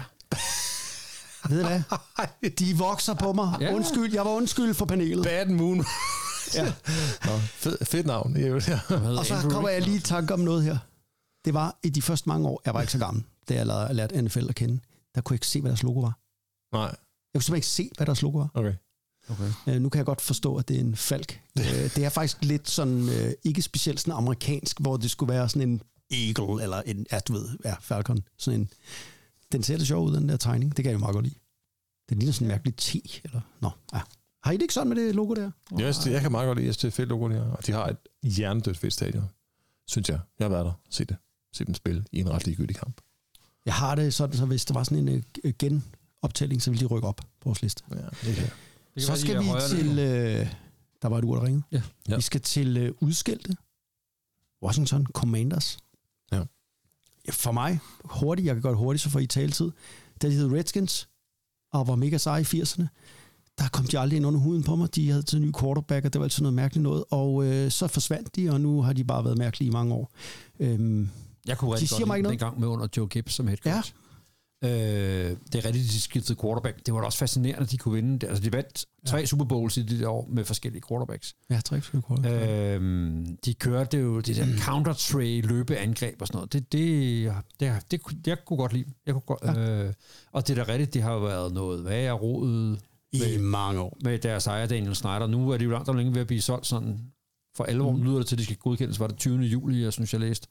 Ved du hvad? De vokser på mig. Ja. Undskyld, jeg var undskyld for panelet. Bad Moon. Ja. Fedt navn. Og så kommer jeg lige i tanke om noget her. Det var i de første mange år, jeg var ikke så gammel, da jeg lærte NFL at kende, der kunne jeg ikke se, hvad deres logo var. Nej. Jeg kunne simpelthen ikke se, hvad deres logo var. Okay. Nu kan jeg godt forstå, at det er en falk. Det er faktisk lidt sådan, ikke specielt sådan amerikansk, hvor det skulle være sådan en eagle, eller en, falcon. Sådan en, den ser det sjov ud, den der tegning. Det kan jeg jo meget godt lide. Det ligner sådan en mærkelig T, eller... Har I det ikke sådan med det logo der? Jeg kan meget godt lide, at det er fedt logo der. Og de har et hjernedødt fedt stadion, synes jeg. Jeg har været der. Se dem spille i en ret ligegyldig kamp. Jeg har det sådan, så hvis der var sådan en genoptælling, så ville de rykke op på vores liste. Ja, det så skal vi til... der var et ur, der ringede. Ja. Vi skal til udskilte Washington Commanders. Ja. For mig, hurtigt, jeg kan godt hurtigt, så får I taletid. Da de hed Redskins, og var mega seje i 80'erne, der kom de aldrig ind under huden på mig. De havde til en ny quarterback, og det var altid noget mærkeligt noget. Og så forsvandt de, og nu har de bare været mærkelige i mange år. Jeg kunne rigtig godt lide den gang med under Joe Gibbs som head coach. Ja. Det er rigtigt, de skiftede quarterback. Det var da også fascinerende, at de kunne vinde. Altså, de vandt 3 Super Bowls i de år med forskellige quarterbacks. Ja, 3 forskellige quarterbacks. De kørte jo det der counter-tray løbeangreb og sådan noget. Det jeg kunne godt lide. Og det er da rigtigt, de har jo været noget værre rodet i mange år med deres ejer Daniel Snyder. Nu er de jo langt om længe ved at blive solgt sådan. For 11 år lyder det til, at de skal godkendes. Var det 20. juli, jeg synes, jeg læste.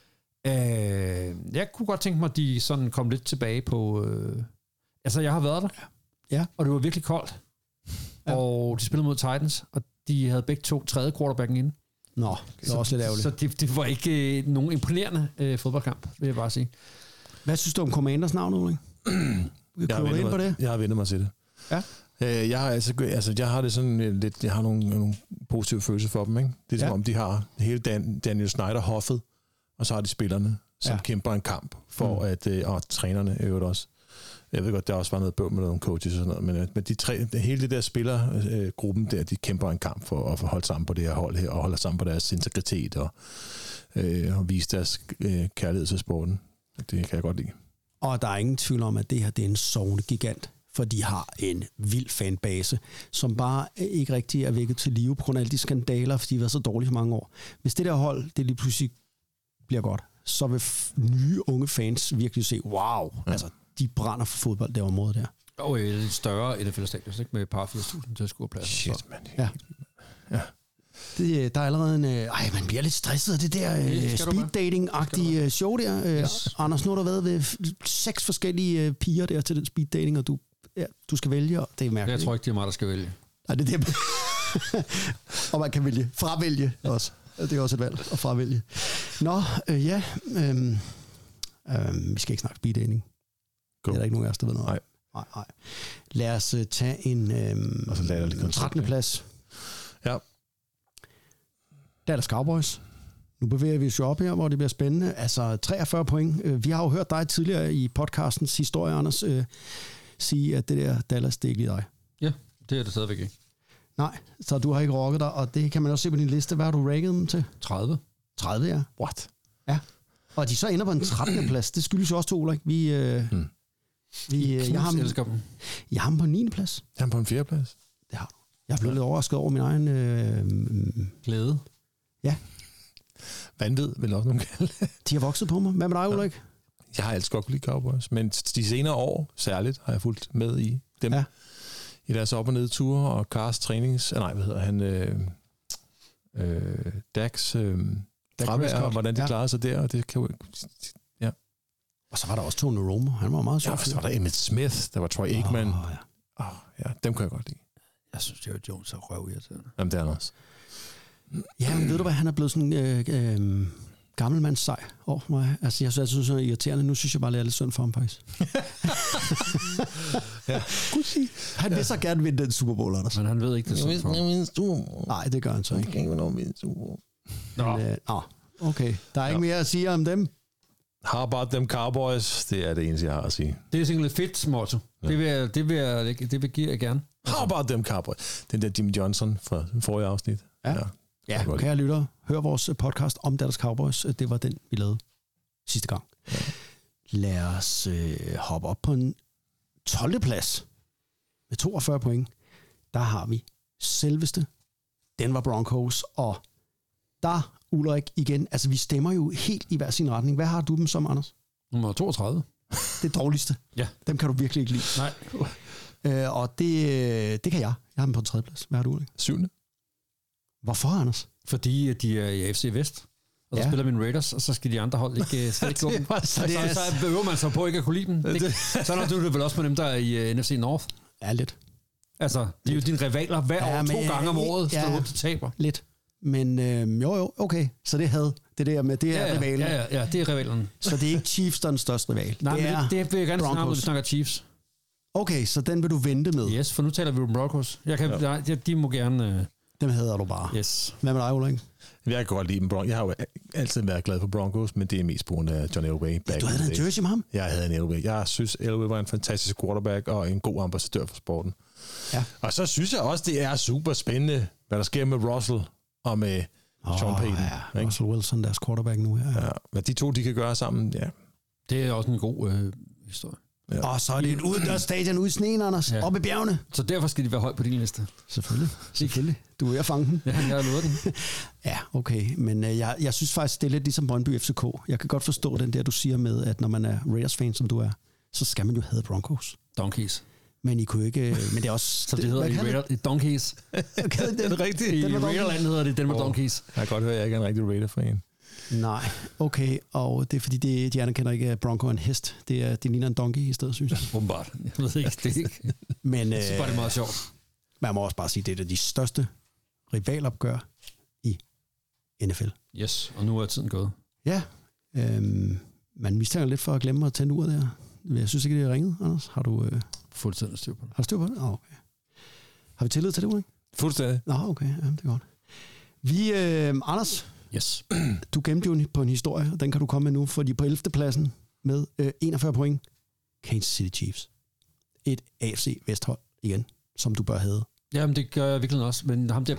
Jeg kunne godt tænke mig, at de sådan kom lidt tilbage på... Altså, jeg har været der. Ja. Og det var virkelig koldt. Ja. Og de spillede mod Titans, og de havde begge 2 tredje quarterbacken inde. Nå, det var også lidt ærgerligt. Så det var ikke nogen imponerende fodboldkamp, vil jeg bare sige. Hvad synes du om Commanders navn, Ulrik? Jeg har vendt mig til det. Ja. Jeg har det sådan lidt, jeg har nogle positive følelser for dem, ikke? Det er som om, de har hele Daniel Snyder-hoffet, og så har de spillerne, som kæmper en kamp for og trænerne øvrigt også. Jeg ved godt, der også var noget bøv med nogle coaches og sådan noget, men de tre, hele det der spillergruppen der, de kæmper en kamp for at holde sammen på det her hold her, og holde sammen på deres integritet og vise deres kærlighed til sporten. Det kan jeg godt lide. Og der er ingen tvivl om, at det her det er en sovende gigant, for de har en vild fanbase, som bare ikke rigtig er vækket til live på grund af alle de skandaler, fordi de har været så dårlige for mange år. Hvis det der hold, det lige pludselig bliver godt, så vil nye unge fans virkelig se, wow, altså de brænder for fodbold, det område der. Og et større NFL-stadion, ikke? Med et par 80.000 tilskuerpladser. Shit, mand. Ja. Der er allerede en... man bliver lidt stresset af det der speed-dating-agtige show der. Anders, nu har du været ved 6 forskellige piger der til den speed-dating, og du skal vælge, og det er mærkeligt. Jeg tror ikke, det er mig, der skal vælge. Nej, det er det. Og man kan fravælge også. Det er også et valg at fravælge. Nå, vi skal ikke snakke speed-dating. Det er der ikke nogen af os, der ved noget. Nej. Lad os tage en 13. plads. Ja. Dallas Cowboys. Nu bevæger vi os jo op her, hvor det bliver spændende. Altså 43 point. Vi har jo hørt dig tidligere i podcastens historie, Anders, sige, at det der Dallas, det er ikke lige dig. Ja, det er det stadigvæk ikke. Nej, så du har ikke rocket dig, og det kan man også se på din liste. Hvad har du ranket dem til? 30. 30, ja. What? Ja. Og de så ender på en 13. plads. Det skyldes jo også to, ikke? Jeg har ham på 9. plads. Jeg har ham på en 4. plads. Det har du. Jeg er blevet lidt overrasket over min egen... glæde. Ja. Vanvid, vil også nogen kalde det. De har vokset på mig. Hvad med dig, Ulrik? Jeg har altid godt kunne lide Cowboys, men de senere år særligt har jeg fulgt med i dem. Ja. I deres op- og ned-ture, og Cars trænings... Nej, hvad hedder han? Dax fravær, og hvordan de klarede sig der, og det kan jo... Ja. Og så var der også Tony Romo. Han var meget sjov. Ja, så var der Emmitt Smith, der var Troy Aikman. Dem kan jeg godt lide. Jeg synes, Jerry Jones er røvirriterende. Jamen, det er han også. Ja, men ved du hvad, han er blevet sådan gammelmands sej over mig. Altså, jeg synes, det er irriterende. Nu synes jeg bare, at det er lidt synd for ham, faktisk. Ja. Han vil så gerne vinde den Super Bowl, Anders. Men han ved ikke, det er synd for ham. Nej, det gør han så ikke. Han kan ikke vinde Super Bowl. Okay. Der er ikke mere at sige om dem. How about them Cowboys? Det er det eneste, jeg har at sige. Det er sådan lidt fedt motto. Ja. Det vil give jeg gerne. How about them Cowboys? Den der Jimmy Johnson fra forrige afsnit. Ja, kære lyttere, hør vores podcast om Dallas Cowboys. Det var den, vi lavede sidste gang. Ja. Lad os hoppe op på en 12. plads med 42 point. Der har vi selveste Denver Broncos, og der, Ulrik, igen, altså vi stemmer jo helt i hver sin retning. Hvad har du dem som, Anders? Nummer 32. Det dårligste. Ja. Dem kan du virkelig ikke lide. Nej. Og det kan jeg. Jeg har dem på 3. plads. Hvad har du, Ulrik? 7. Hvorfor, Anders? Fordi de er i AFC Vest. Og så spiller min Raiders, og så skal de andre hold ikke gå dem. Så øver man sig på ikke at kunne lide dem. Så er du vel også med dem, der er i NFC North. Ja, lidt. Altså, det er jo dine rivaler hver år, 2 gange om året, så du taber. Lidt. Men okay. Så det havde det der med, det er rivalen. Ja, det er rivalen. Så det er ikke Chiefs, der er den største rival. Nej, det vil jeg gerne snakke om, når vi snakker Chiefs. Okay, så den vil du vente med? Yes, for nu taler vi om Broncos. De må gerne... Dem hedder du bare. Yes. Hvad med dig, Ulrik? Jeg kan godt lide dem. Jeg har jo altid været glad for Broncos, men det er mest på grund af John Elway. Du havde en jersey med ham? Jeg havde en Elway. Jeg synes, Elway var en fantastisk quarterback og en god ambassadør for sporten. Ja. Og så synes jeg også, det er super spændende, hvad der sker med Russell og med Sean Payton. Ja, Russell Wilson, deres quarterback nu. Ja. Hvad de to, de kan gøre sammen, ja. Det er også en god historie. Ja. Og så er det et udendørs stadion ude i sneen, Anders. Ja. Op i bjergene. Så derfor skal de være højt på din liste. Selvfølgelig. Du er ved at fange den. Ja, jeg har lovet den. Ja, okay. Men jeg synes faktisk, det er lidt ligesom Brøndby FCK. Jeg kan godt forstå den der, du siger med, at når man er Raiders-fan, som du er, så skal man jo have Broncos. Donkeys. Men I kunne ikke... Men det er også... Så det hedder i Donkeys. Okay, det er rigtigt. I Raiderland hedder det Denver Donkeys. Jeg kan godt høre, at jeg ikke er en rigtig Raider-fan. Nej, okay, og det er fordi, de anerkender ikke, at Bronco er en hest. Det ligner en donkey i stedet, synes jeg. Åbenbart. Jeg ved ikke, det er ikke. Men jeg synes bare, det er meget sjovt. Man må også bare sige, det er de største rivalopgør i NFL. Yes, og nu er tiden gået. Ja, man mistænker lidt for at glemme at tænde uret der. Jeg synes ikke, det er ringet, Anders. Har du... Fuldstændig styr på det. Har du styr på det? Okay. Har vi tillid til det, Ulrik? Fuldstændig. Nå, okay, ja, det er godt. Vi, Anders... Yes. Du gemte jo på en historie, og den kan du komme med nu, fordi på 11. pladsen med 41 point, Kansas City Chiefs. Et AFC Vesthold igen, som du bør have. Jamen, det gør jeg virkelig også, men ham der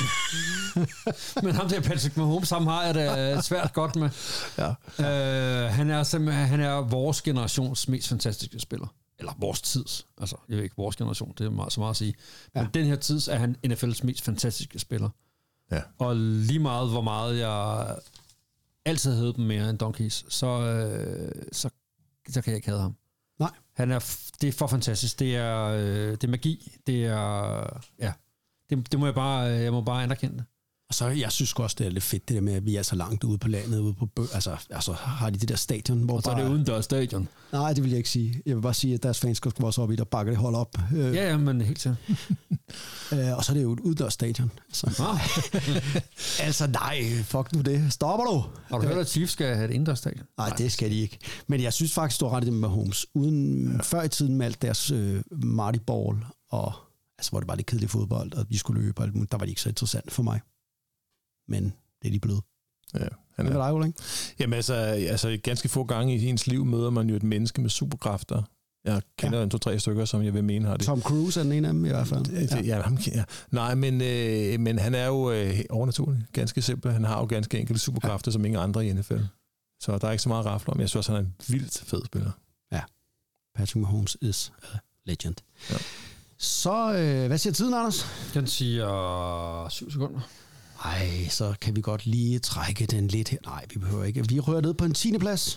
Patrick Mahomes, ham har jeg det svært godt med. Ja. Han er vores generations mest fantastiske spiller. Eller vores tids. Altså, jeg ved ikke, vores generation, det er meget, så meget at sige. Men den her tids er han NFL's mest fantastiske spiller. Ja. Og lige meget, hvor meget jeg altid havde dem mere end Donkeys, så kan jeg ikke have ham. Nej. Det er for fantastisk. Det er magi. Det er... Ja. Det må jeg må bare anerkende det. Og så, jeg synes også, det er lidt fedt, det der med, at vi er så langt ude på landet, ude på altså har de det der stadion, hvor og så er det udendørs stadion. Nej, det vil jeg ikke sige. Jeg vil bare sige, at deres fans skal også op i, der bakker det hold op. Ja, men helt til. Og så er det jo et udendørs stadion. Altså nej, fuck nu det. Stopper du? Har du hørt, at Chiefs skal have et indendørs stadion? Nej, det skal de ikke. Men jeg synes faktisk, du har ret i det med Mahomes. Uden før i tiden med alt deres Marty Ball, og altså, hvor det var lidt kedelig fodbold, og de skulle løbe og alt muligt, der var de ikke så interessant for mig. Men det er de blevet. Ja, Hvad er dig, Ulrik? Jamen altså ganske få gange i ens liv møder man jo et menneske med superkræfter. Jeg kender 2-3 stykker, som jeg vil mene har det. Tom Cruise er den ene af dem i hvert fald. Nej, men han er jo overnaturlig. Ganske simpel. Han har jo ganske enkelte superkræfter, som ingen andre i NFL. Så der er ikke så meget at rafle om. Jeg synes, han er en vildt fed spiller. Ja. Patrick Mahomes is a legend. Ja. Så, hvad siger tiden, Anders? Den siger 7 sekunder. Ej, så kan vi godt lige trække den lidt her. Nej, vi behøver ikke. Vi rører ned på en 10. plads.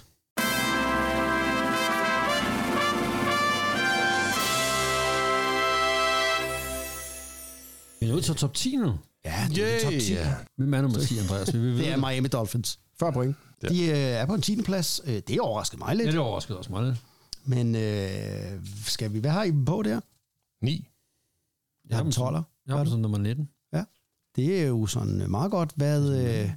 Vi er nødt til top 10 nu. Ja, det er top 10. Hvem er nummer 10, Andreas? Det er Miami Dolphins. 40 point. Ja. De er på en 10. plads. Det overraskede mig lidt. Ja, det overraskede også mig lidt. Men skal vi, hvad har I dem på der? 9. Jeg har dem 12'er. Jeg har dem som nummer 19. Ja. Det er jo sådan meget godt, hvad...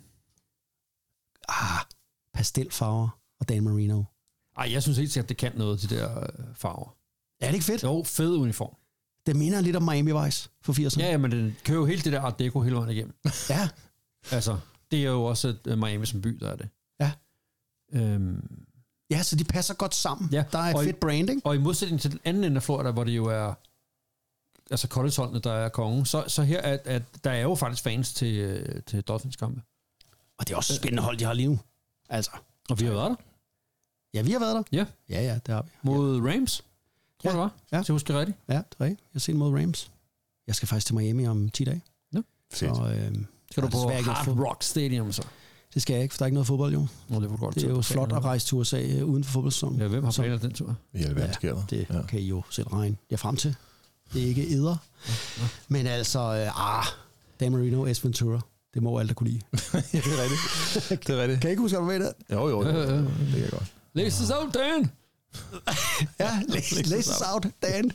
pastelfarver og Dan Marino. Ej, jeg synes helt sikkert, det kan noget, de der farver. Er det ikke fedt? Jo, fed uniform. Det minder lidt om Miami Vice for 80'erne. Ja, men den kører jo helt det der Art Deco hele vejen igennem. Ja. Altså, det er jo også Miami som by, der er det. Ja. Ja, så de passer godt sammen. Ja. Der er et fedt branding. Og i modsætning til den anden ende af Florida, hvor det jo er altså collegeholdene, der er kongen, så her at der er jo faktisk fans til Dolphins-kampe. Og det er også spændende hold, de har lige nu. Altså. Og vi har været der. Ja, vi har været der. Ja. Ja, det har vi. Mod Rams, tror det var. Ja. Så husker jeg rigtigt. Ja, det er rigtigt. Jeg har set mod Rams. Jeg skal faktisk til Miami om 10 dage. Ja. Så, skal du på Hard Rock Stadium så? Det skal jeg ikke, for der er ikke noget fodbold jo. Det er jo flot at rejse til USA uden for fodboldsæsonen. Ja, hvem har planer den tur? Ja, hvad sker der? Det kan I jo selv regne jer frem til. Det er ikke eder. Ja. Men altså, Dan Marino, S. Ventura. Det må alle, der kunne lide. Ja, det er rigtigt. Det er rigtigt. Kan I ikke huske, at du med det? Jo. Det kan jeg godt. Læs os out, Dan! Ja, læs os out, Dan.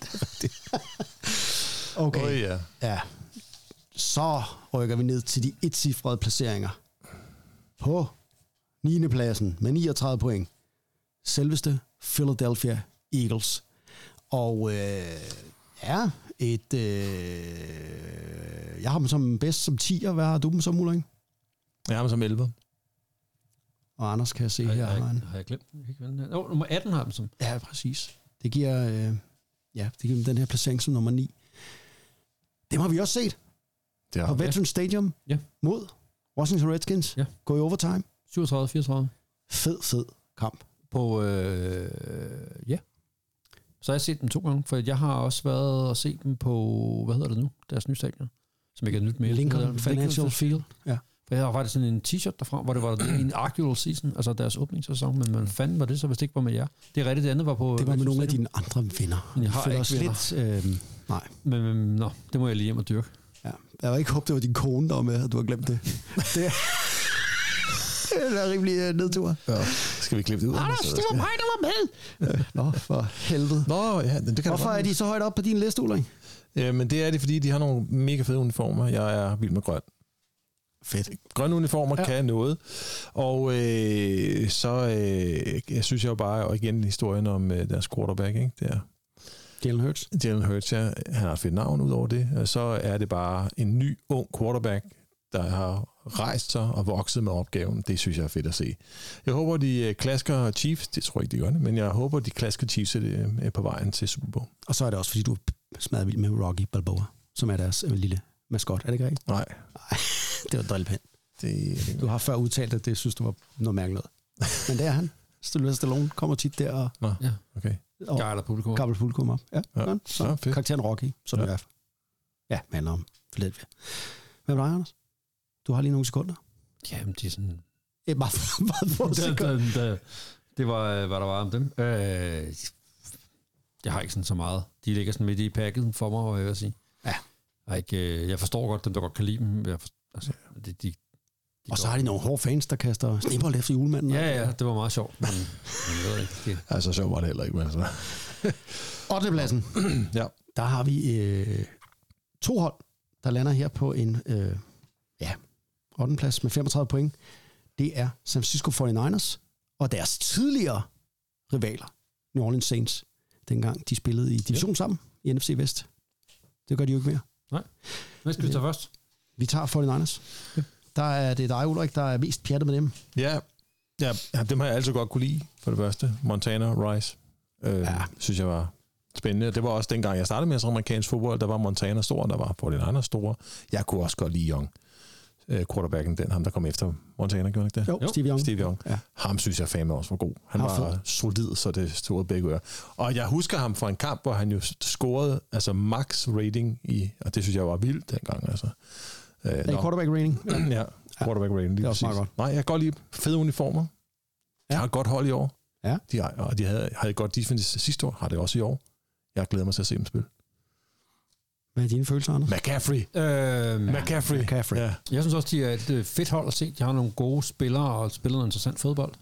Okay. Ja. Så rykker vi ned til de etcifrede placeringer. På 9. pladsen med 39 point. Selveste Philadelphia Eagles. Og jeg har dem som bedst som 10'er. Hvad har du dem som, Ulrik? Jeg har dem som 11. Og Anders kan jeg se her. Har jeg glemt den? Nummer 18 har dem som. Ja, præcis. Det giver, det giver dem den her placering som nummer 9. Dem har vi også set. På Veterans Stadium mod Washington Redskins. Ja. Gå i overtime. 37-34. Fed kamp. På, Så har jeg set dem 2 gange, for jeg har også været og set dem på, hvad hedder det nu, deres nye stadion, som ikke er nyt mere. Lincoln Financial Field. Ja. For jeg har faktisk sådan en t-shirt derfra, hvor det var en actual season, altså deres åbningssæson, men man fanden var det så, hvis det ikke var med jer. Det er rigtigt, det andet var på... Det var med nogle af dine andre venner. Jeg har ikke venner. Lidt, nej. Men det må jeg lige hjem og dyrke. Ja. Jeg var ikke håbet, det var din kone, der var med, at du har glemt det. Det er rimelig nedtur. Ja. Skal vi klippe det ud? Anders, det var mig, der var med! Nå, for helvede. Nå, ja, det kan hvorfor er de så højt op på din liste, Ulrik? Men det er det, fordi de har nogle mega fede uniformer. Jeg er vild med grøn. Fedt. Grønne uniformer kan noget. Og jeg synes jo bare, og igen historien om deres quarterback, ikke? Det er Jalen Hurts, ja. Han har et fedt navn ud over det. Og så er det bare en ny, ung quarterback, der har rejst sig og vokset med opgaven. Det synes jeg er fedt at se. Jeg håber, de klasker Chiefs. Det tror jeg ikke, de gør det, men jeg håber, de klasker Chiefs på vejen til Super Bowl. Og så er det også, fordi du er smadret vild med Rocky Balboa, som er deres lille maskot. Er det ikke rigtigt? Nej. Det var drillepind. Du har før udtalt, at det synes du var noget mærkeligt. Men det er han. Sylvester Stallone kommer tit der og... Nå, okay. Gammel publikum op. Ja. Så karakteren Rocky, som det er. Ja, handler om Philadelphia. Hvad med dig, Anders? Du har lige nogle sekunder. Jamen, det er sådan... Meget få sekunder. Det var, hvad der var om dem. Jeg har ikke sådan så meget. De ligger sådan midt i packet for mig, vil jeg sige. Ja. Jeg forstår godt dem, der godt kan lide dem. Og så har de nogle hårde fans, der kaster snebold efter julemanden. Ja, det var meget sjovt. Men jeg ved ikke. Det. Altså, så var det heller ikke, men altså. 8. pladsen. Ja. Der har vi 2 hold, der lander her på en 8. plads med 35 point. Det er San Francisco 49ers og deres tidligere rivaler, New Orleans Saints, dengang de spillede i division sammen i NFC Vest. Det gør de jo ikke mere. Nej. Hvad skal vi tage først? Vi tager 49ers. Der er det dig, Ulrik, der er mest pjattet med dem. Ja, dem har jeg altid godt kunne lide, for det første. Montana, Rice. Synes jeg var spændende. Det var også dengang, jeg startede med som amerikansk fodbold, der var Montana stor, der var 49ers store. Jeg kunne også godt lide Young. Quarterbacken, ham der kom efter Montana, gjorde ikke det? Jo, Steve Young. Ja. Ham synes jeg fandme også var god. Han var solid, så det stod begge ører. Og jeg husker ham fra en kamp, hvor han jo scorede altså max rating i, og det synes jeg var vildt dengang. Altså. Quarterback rating? Ja, quarterback rating. Det er også meget godt. Nej, jeg kan godt lide fede uniformer. De har et godt hold i år. Ja. De havde et godt defense sidste år, har det også i år. Jeg glæder mig til at se dem spille. Hvad er dine følelser, Anders? McCaffrey. McCaffrey. Ja. Jeg synes også, de er et fedt hold at se. De har nogle gode spillere og spiller noget interessant fodbold.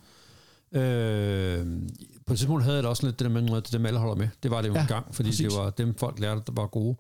På et tidspunkt havde jeg da også lidt det der med, det dem alle holder med. Det var det jo en gang, fordi præcis. Det var dem folk lærte, der var gode.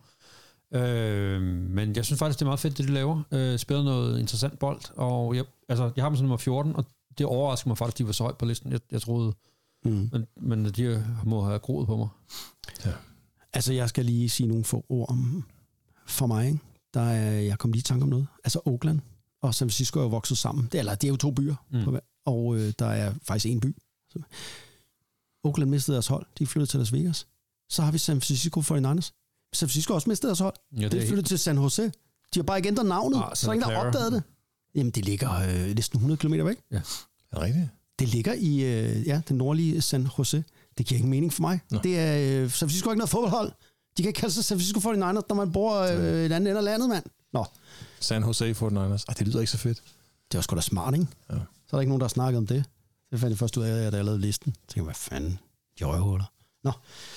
Men jeg synes faktisk, det er meget fedt, det de laver. Spiller noget interessant bold, og jeg har dem som nummer 14, og det overrasker mig faktisk, at de var så højt på listen. Jeg troede, men de må have groet på mig. Ja. Altså, jeg skal lige sige nogle få ord om for mig, ikke? Jeg kom lige i tanke om noget. Altså, Oakland og San Francisco er jo vokset sammen. Det er jo 2 byer, og der er faktisk 1 by. Så Oakland mistede deres hold. De flyttede til Las Vegas. Så har vi San Francisco 49ers. San Francisco også mistet deres hold. Ja, det flyttede til San Jose. De har bare ikke ændret navnet, så er ingen, der har opdaget det. Jamen, det ligger næsten 100 km væk. Ja. Er det rigtigt? Det ligger i den nordlige San Jose. Det giver ingen mening for mig. Nå. Det er San Francisco er ikke noget fodboldhold. De kan ikke kalde sig San Francisco 49ers, når man bor et andet end eller andet, mand. Nå. San Jose 49ers. Det lyder ikke så fedt. Det var sgu da smart, ikke? Ja. Så er der ikke nogen, der har snakket om det. Det fandt jeg først ud af, da jeg lavede listen. Jeg tænkte, hvad fanden? De røvhuller. Nå.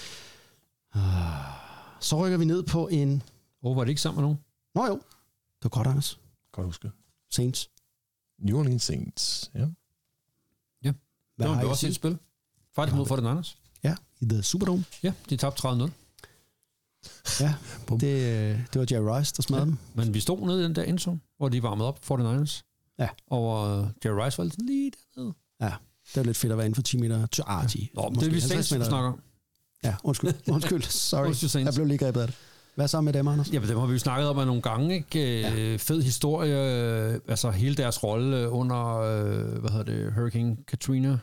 Så rykker vi ned på en... Var det ikke sammen med nogen? Nå jo. Det var godt, Anders. Godt huske. Saints. New Orleans Saints, ja. Ja, det var også et spil. Faktisk mod 49ers. Ja, i The Superdome. Ja, de tabte 30-0. Ja, det var Jerry Rice, der smadrede dem. Men vi stod nede i den der endzone, hvor de varmede op 49ers. Ja. Og Jerry Rice var lige dernede. Ja, det var lidt fedt at være inden for 10 meter. 10. Nå, det er vi Saints, vi snakker om. Ja, undskyld. Sorry. Jeg blev lige grebet af det. Hvad så med dem, Anders? Ja, dem har vi jo snakket om nogle gange, ikke? Ja. Fed historie, altså hele deres rolle under, Hurricane Katrina.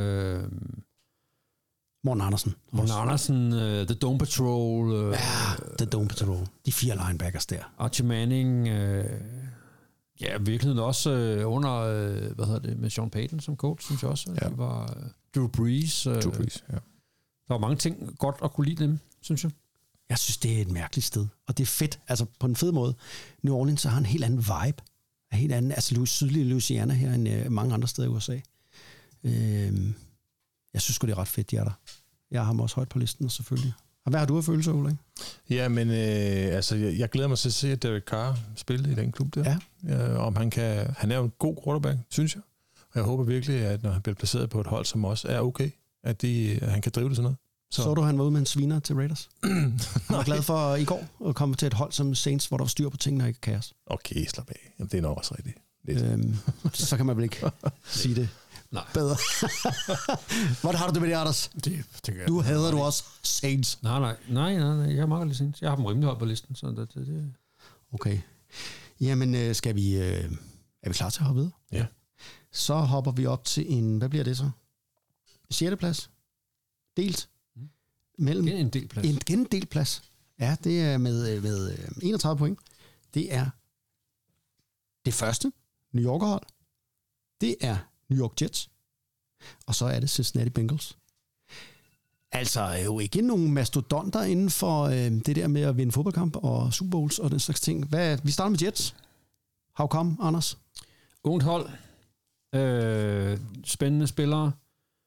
Morten Andersen, The Dome Patrol. The Dome Patrol. De 4 linebackers der. Archie Manning. Virkelig også under, med Sean Payton som coach, synes jeg også. Ja. Det var Drew Brees. Ja. Der var mange ting godt at kunne lide dem, synes jeg. Jeg synes, det er et mærkeligt sted. Og det er fedt, altså på en fed måde. New Orleans har en helt anden vibe. En helt anden, altså sydlige Louisiana her, end mange andre steder i USA. Jeg synes det er ret fedt, de er der. Jeg har ham også højt på listen, selvfølgelig. Og hvad har du af følelser, Ulrik? Ja, men jeg glæder mig til at se Derek Carr spille i den klub der. Ja. Om han er jo en god quarterback, synes jeg. Og jeg håber virkelig, at når han bliver placeret på et hold, som også er okay, at han kan drive det sådan noget. Så du, han var ude med en sviner til Raiders? Han var glad for i går at komme til et hold som Saints, hvor der var styr på tingene og ikke kaos. Okay, slap af. Jamen, det er nok også rigtigt. Så kan man vel ikke sige det bedre. Hvordan har du det med det, Anders? Du hader du også Saints. Nej. Jeg har meget lidt Saints. Jeg har dem rimelig højt på listen. Så det. Okay. Jamen, skal vi... er vi klar til at hoppe videre? Ja. Så hopper vi op til en... Hvad bliver det så? 6. plads. Delt. Mellem en delt plads. En delt plads. Ja, det er med 31 point. Det er det første New Yorker-hold. Det er New York Jets. Og så er det Cincinnati Bengals. Altså jo ikke nogen mastodonter inden for det der med at vinde fodboldkamp og Super Bowls og den slags ting. Vi starter med Jets. How come, Anders? Ungt hold. Spændende spillere.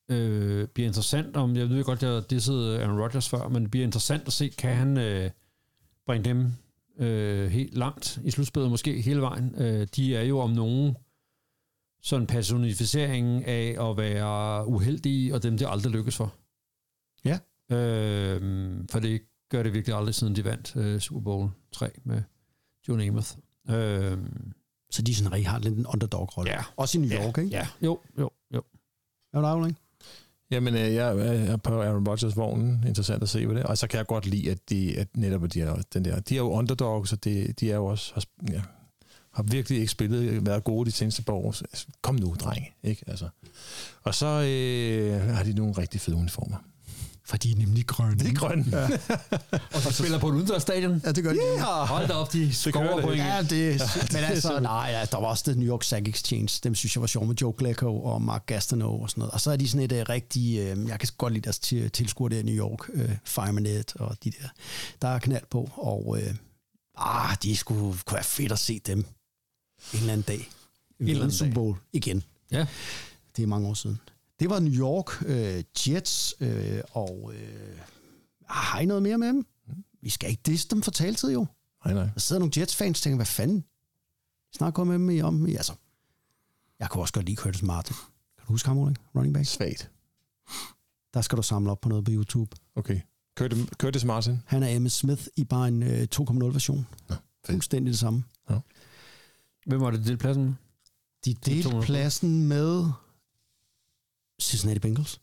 bliver interessant om, jeg ved godt, jeg dissede Aaron Rodgers før, men det bliver interessant at se, kan han bringe dem helt langt i slutspillet, måske hele vejen. De er jo om nogen sådan en personificering af at være uheldige, og dem det aldrig lykkes for. Ja. For det gør det virkelig aldrig, siden de vandt Super Bowl 3 med Joe Namath. Så de sådan rigtig har lidt en underdog-rolle. Ja. Også i New York, ikke? Ja, jo. Er du aflæng? Jamen, jeg er på Aaron Rodgers-vognen. Interessant at se på det. Og så kan jeg godt lide, at netop de er jo underdogs, og de er jo også har virkelig ikke været gode de seneste par år. Kom nu, drenge. Ikke? Altså. Og så har de nogle rigtig fede uniformer. For de er nemlig grønne. De er grønne. Ja. Og de spiller på et udendørsstadion. Ja, det gør de. Yeah. Hold da op, de scorer point. Ja, men altså, der var også det New York Sack Exchange. Dem synes jeg var sjov med Joe Flacco og Mark Gastineau og sådan noget. Og så er de sådan et rigtig, jeg kan godt lide deres tilskuere der i New York, Fireman Ed og de der er knald på. Og de kunne være fedt at se dem en eller anden dag. En Super Bowl igen. Ja. Det er mange år siden. Det var New York Jets, og har I noget mere med dem? Vi skal ikke disse dem for taletid, jo. Nej. Der sidder nogle Jets-fans og tænker, hvad fanden? Snart går med dem om. Altså, jeg kunne også godt lide Curtis Martin. Kan du huske ham, Ulrik? Running back? Svagt. Der skal du samle op på noget på YouTube. Okay. Curtis Martin? Han er Emmitt Smith i bare en 2.0-version. Fuldstændig det samme. Ja. Hvem var det, delte pladsen med? De delte pladsen med Cincinnati Bengals,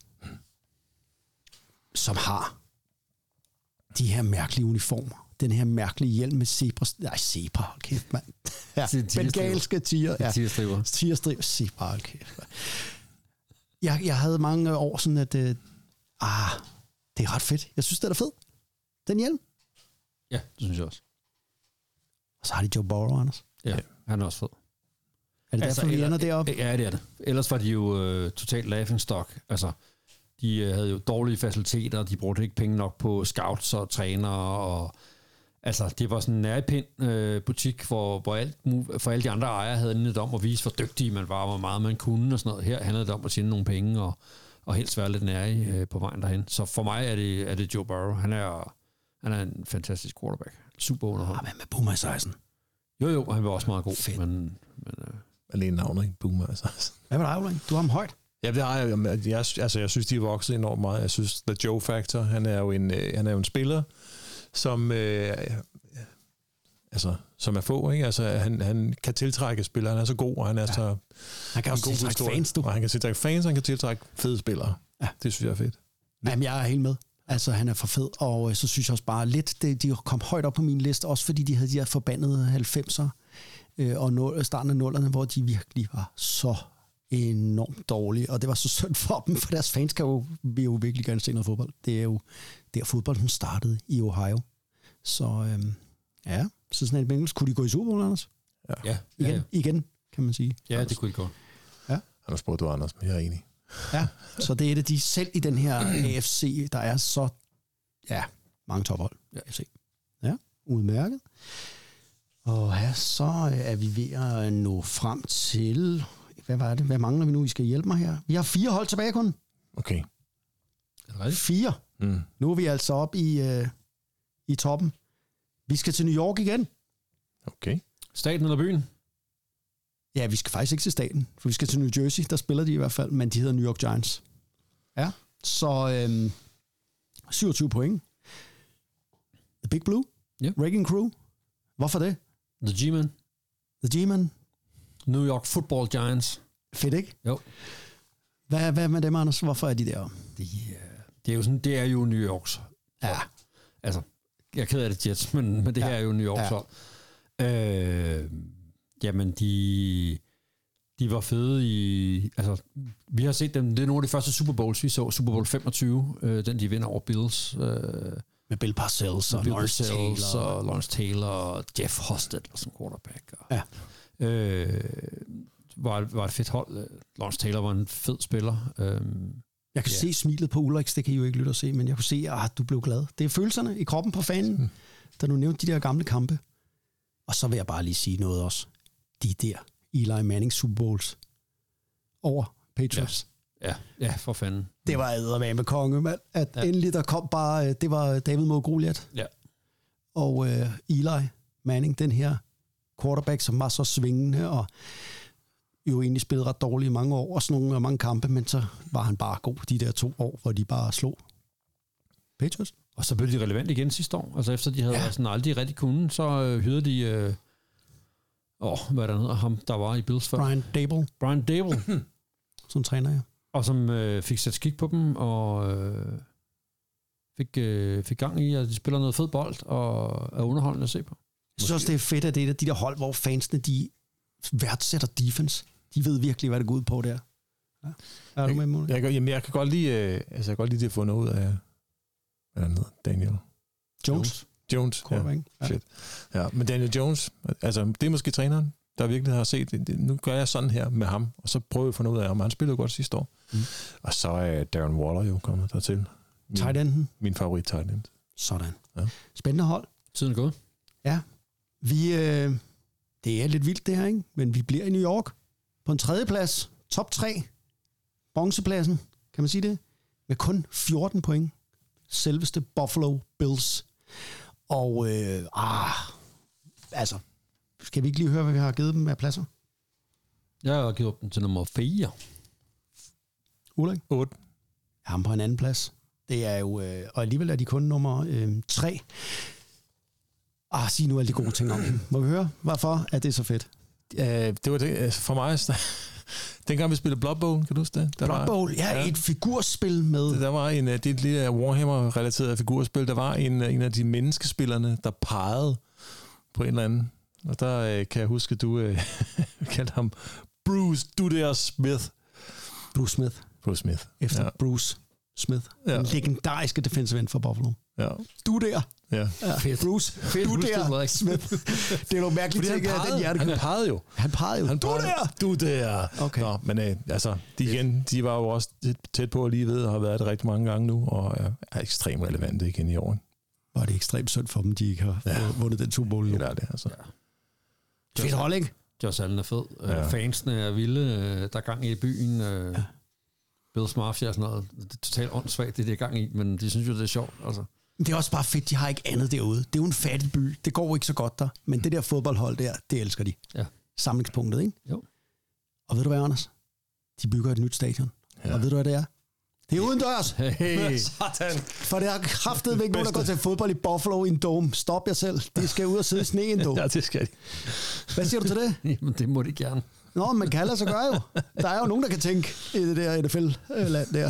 som har de her mærkelige uniformer. Den her mærkelige hjelm med zebra, kæft, mand. Ja, bengalske tiger. Ja, tigerstriber. Zebra, kæft. Jeg havde mange år sådan, at det er ret fedt. Jeg synes, det er fedt. Den hjelm. Ja, det synes jeg også. Og så har de Joe Burrow, Anders. Ja, han er også fed. Er det derfor, vi ender deroppe? Ja, det er det. Ellers var de jo totalt laughingstock. Altså, de havde jo dårlige faciliteter, de brugte ikke penge nok på scouts og trænere, og altså, det var sådan en nærpind butik, for alle de andre ejere havde endet om at vise, hvor dygtige man var, hvor meget man kunne og sådan noget. Her handlede det om at tjene nogle penge, og helst være lidt nærig på vejen derhen. Så for mig er det Joe Burrow. Han er en fantastisk quarterback. Super underhold. Men med Boomer Esiason. Jo, han var også meget god. Fedt. Men alene navnet, ikke? Boomer Esiason. Hvad var det, Aulring? Du har ham højt. Ja, det har jeg. Jeg synes, de er vokset enormt meget. Jeg synes, The Joe Factor, han er jo en spiller, som som er få, ikke? Altså, han kan tiltrække spillere. Han er så god, og han er så... Han kan også tiltrække fans, du. Og han kan tiltrække fans, han kan tiltrække fede spillere. Ja. Det synes jeg er fedt. Jamen, jeg er helt med. Altså, han er for fed, og så synes jeg også bare lidt, de kom højt op på min liste, også fordi de havde de her forbandede 90'er og starten af 0'erne, hvor de virkelig var så enormt dårlige, og det var så synd for dem, for deres fans vil jo virkelig gerne se noget fodbold. Det er jo der fodbolden startede i Ohio. Så så sådan et Bengals. Kunne de gå i Super Bowl, Anders? Ja. Igen, kan man sige. Ja, Anders. det kunne de gå. Ja. Han spurgte du, Anders, men jeg er enig. Ja, så det er et af de selv i den her AFC, der er så mange tophold. AFC. Ja, udmærket. Og så er vi ved at nå frem til... Hvad var det? Hvad mangler vi nu? I skal hjælpe mig her. Vi har 4 hold tilbage kun. Okay. Er det rigtigt? 4. Mm. Nu er vi altså op i toppen. Vi skal til New York igen. Okay. Staten eller byen? Ja, vi skal faktisk ikke til staten, for vi skal til New Jersey. Der spiller de i hvert fald, men de hedder New York Giants. Ja, så 27 point. The Big Blue. Yep. Wrecking Crew. Hvorfor det? The G-Man. The G-Man. New York Football Giants. Fedt, ikke? Jo. Hvad med dem, Anders? Hvorfor er de der? Det er jo New Yorks. Ja. Altså, jeg er ked af det, Jets, men det her er jo New Yorks hold. Jamen, de var fede i... Altså, vi har set dem... Det er nogle af de første Super Bowls, vi så. Super Bowl 25, den de vinder over Bills. Med Bill Parcells og Lawrence Taylor og Jeff Hostet som quarterback. Ja. Var et fedt hold. Lawrence Taylor var en fed spiller. Jeg kan se smilet på Ulriks, det kan I jo ikke lytte og se, men jeg kunne se, at du blev glad. Det er følelserne i kroppen på fanen, da du nævnte de der gamle kampe. Og så vil jeg bare lige sige noget også. De der Eli Manning Super Bowls over Patriots. Ja, for fanden. Det var eddermame konge, mand. At endelig der kom bare, det var David mod Goliat. Ja. Og Eli Manning, den her quarterback, som var så svingende, og jo egentlig spillede ret dårligt i mange år, og sådan mange kampe, men så var han bare god de der 2 år, hvor de bare slog Patriots. Og så blev de relevant igen sidste år. Altså efter de havde sådan aldrig rigtig kunnet, så hyrede de... hvad der hedder ham, der var i Bills før. Brian Dable. Som træner, ja. Og som fik sat skik på dem, og fik gang i, at de spiller noget fed bold, og er underholdende at se på. Jeg synes også, det er fedt, at det er de der hold, hvor fansene, de værdsætter defense. De ved virkelig, hvad det går ud på der. Ja. Er du med, Måne? Jeg kan godt lide, jeg kan godt lide det at få noget af, hvad han hedder, Daniel Jones, ja. Shit. Ja, men Daniel Jones, altså det er måske træneren, der virkelig har set, nu gør jeg sådan her med ham, og så prøver jeg at få noget af ham. Han spillede godt sidste år. Og så er Darren Waller jo kommet dertil. Tight enden. Min favorit tight end. Sådan. Ja. Spændende hold. Tiden er gået. Ja. Det er lidt vildt det her, ikke? Men vi bliver i New York på en 3. plads. Top 3. Bronzepladsen, kan man sige det? Med kun 14 point. Selveste Buffalo Bills. Og altså, skal vi ikke lige høre, hvad vi har givet dem af pladser? Jeg har givet dem til nummer 4. Ulrik? 8. Ham på en anden plads. Det er jo, og alligevel er de kun nummer 3. Sig nu alle de gode ting om dem. Må vi høre, hvorfor er det så fedt? Det var det, for mig, dengang vi spillede Blood Bowl, kan du huske det? Blood Bowl, ja, et figurspil med... Der var det er et lille Warhammer-relateret figurspil. Der var en af de menneskespillerne, der pegede på en eller anden. Og der kan jeg huske, at du kaldte ham Bruce Smith. Bruce Smith. Efter Bruce Smith. Ja. Den legendariske defensive end for Buffalo. Ja. Du der. Ja. Fedt. Bruce. Fedt. Du der, Smith. Det er nogle mærkelige ting, at den hjerte. Han pegede jo. Du der. Okay. Nå, men altså, de var jo også tæt på lige ved, og har været det rigtig mange gange nu, og er ekstremt relevante igen i år. Var det ekstremt synd for dem, de ikke har vundet den Super Bowl nu. Det er det, altså. Ja. Fedt hold, ikke? Josh Allen er fed. Ja. Fansene er vilde. Der er gang i byen. Bills Mafia og sådan noget. Det er totalt åndssvagt, det er gang i, men de synes jo, det er sjovt. Altså. Det er også bare fedt, de har ikke andet derude. Det er jo en fattig by. Det går ikke så godt der. Men det der fodboldhold der, det elsker de. Ja. Samlingspunktet, ikke? Jo. Og ved du hvad, Anders? De bygger et nyt stadion. Ja. Og ved du hvad det er? Det er udendørs. Hey. Sådan. For det har kraftedeme ikke nogen, der går til fodbold i Buffalo i en dome. Stop jer selv. De skal ud og sidde i sneen, du. Ja, det skal de. Hvad siger du til det? Jamen, det må de gerne. Nå, men kan lade sig gøre jo. Der er jo nogen, der kan tænke i det der NFL-land der.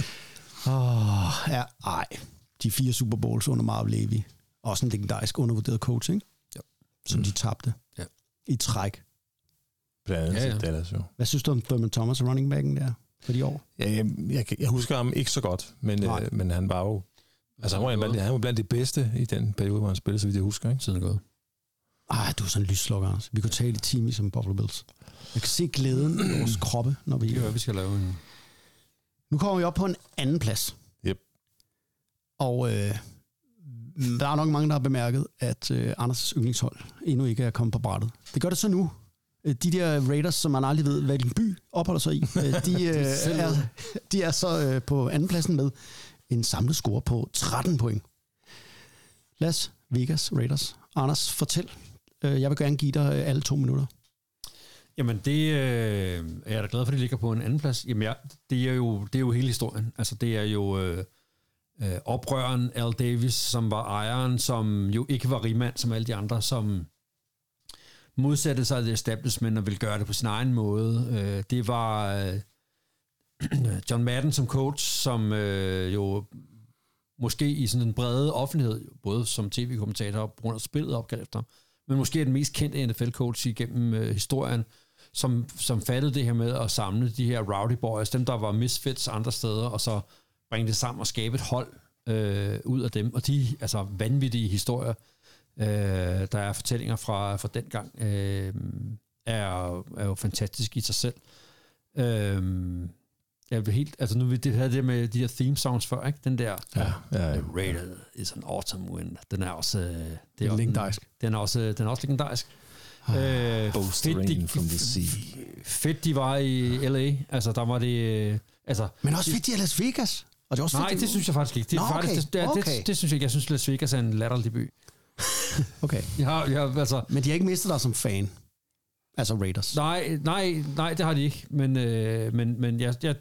De 4 Super Bowls under Marv Levy. Også en legendarisk undervurderet coach, ikke? Ja. Som de tabte. Ja. I træk. Blandt andet Dallas jo. Hvad synes du om Thurman Thomas og running backen der for de år? Ja, jeg husker ham ikke så godt, men han var jo... Altså, han var blandt de bedste i den periode, hvor han spillede, så vidt jeg husker, ikke? Tiden er gået. Du er sådan en lysslukker, Anders. Vi kunne tale i time som Buffalo Bills. Jeg kan se glæden i vores kroppe, når vi... Det gør, vi skal lave en... Nu kommer vi op på en anden plads. Yep. Og der er nok mange, der har bemærket, at Anders' yndlingshold endnu ikke er kommet på brættet. Det gør det så nu. De der Raiders, som man aldrig ved, hvilken by opholder sig i, de er så på andenpladsen med en samlet score på 13 point. Las Vegas Raiders. Anders, fortæl. Jeg vil gerne give dig alle 2 minutter. Jamen, det er jeg da glad for, at de ligger på en anden plads. Jamen, det er jo hele historien. Altså, det er jo oprøreren Al Davis, som var ejeren, som jo ikke var rigmand, som alle de andre, som modsatte sig det establishment og ville gøre det på sin egen måde. Det var John Madden som coach, som jo måske i sådan en brede offentlighed, både som tv-kommentator og på grund af spillet opkaldt efter, men måske er den mest kendte NFL-coach igennem historien, som fattede det her med at samle de her rowdy boys, dem der var misfits andre steder, og så bringe det sammen og skabe et hold ud af dem. Og de altså vanvittige historier, der er fortællinger fra den gang, er jo fantastisk i sig selv. Jeg vil helt, altså nu det her det med de her theme songs før, ikke? Den der The Raiders is an autumn wind. Den er også det er legendarisk. Den er også legendarisk. Fedt from the sea. Fedt de var i LA. Altså der var det Altså, Men også fedt, de er Las Vegas. Og det er også nej, fedt, det synes jeg faktisk ikke. Det, Nå, faktisk, okay. det synes jeg ikke. Jeg synes, Las Vegas er en latterlig by. Okay. Altså, Men de har ikke mistet dig som fan. Altså Raiders. nej, det har de ikke. Men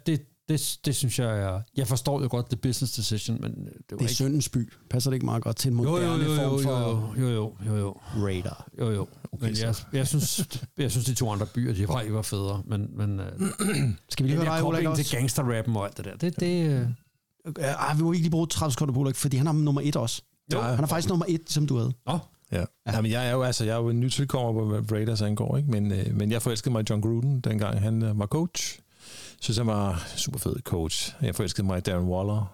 det synes jeg er... Jeg forstår jo godt the business decision, men det var det er ikke... Søndens by. Passer det ikke meget godt til en moderne form for Jo. Raider? Jo. Okay, Men jeg synes, de to andre byer, de var federe. Men skal vi lige høre dig, Ulrik, også? til gangsterrappen og alt det der. Vi må ikke lige bruge 30 sekunder på Ulrik, fordi han har nummer 1 også. Jo. Han er faktisk nummer 1, som du havde. Ja. Jamen, jeg er jo en nytilkommer på, hvad Raiders angår, ikke? Men jeg forelskede mig i John Gruden, dengang han var coach. Synes han var super fed coach. Jeg forelskede mig i Darren Waller,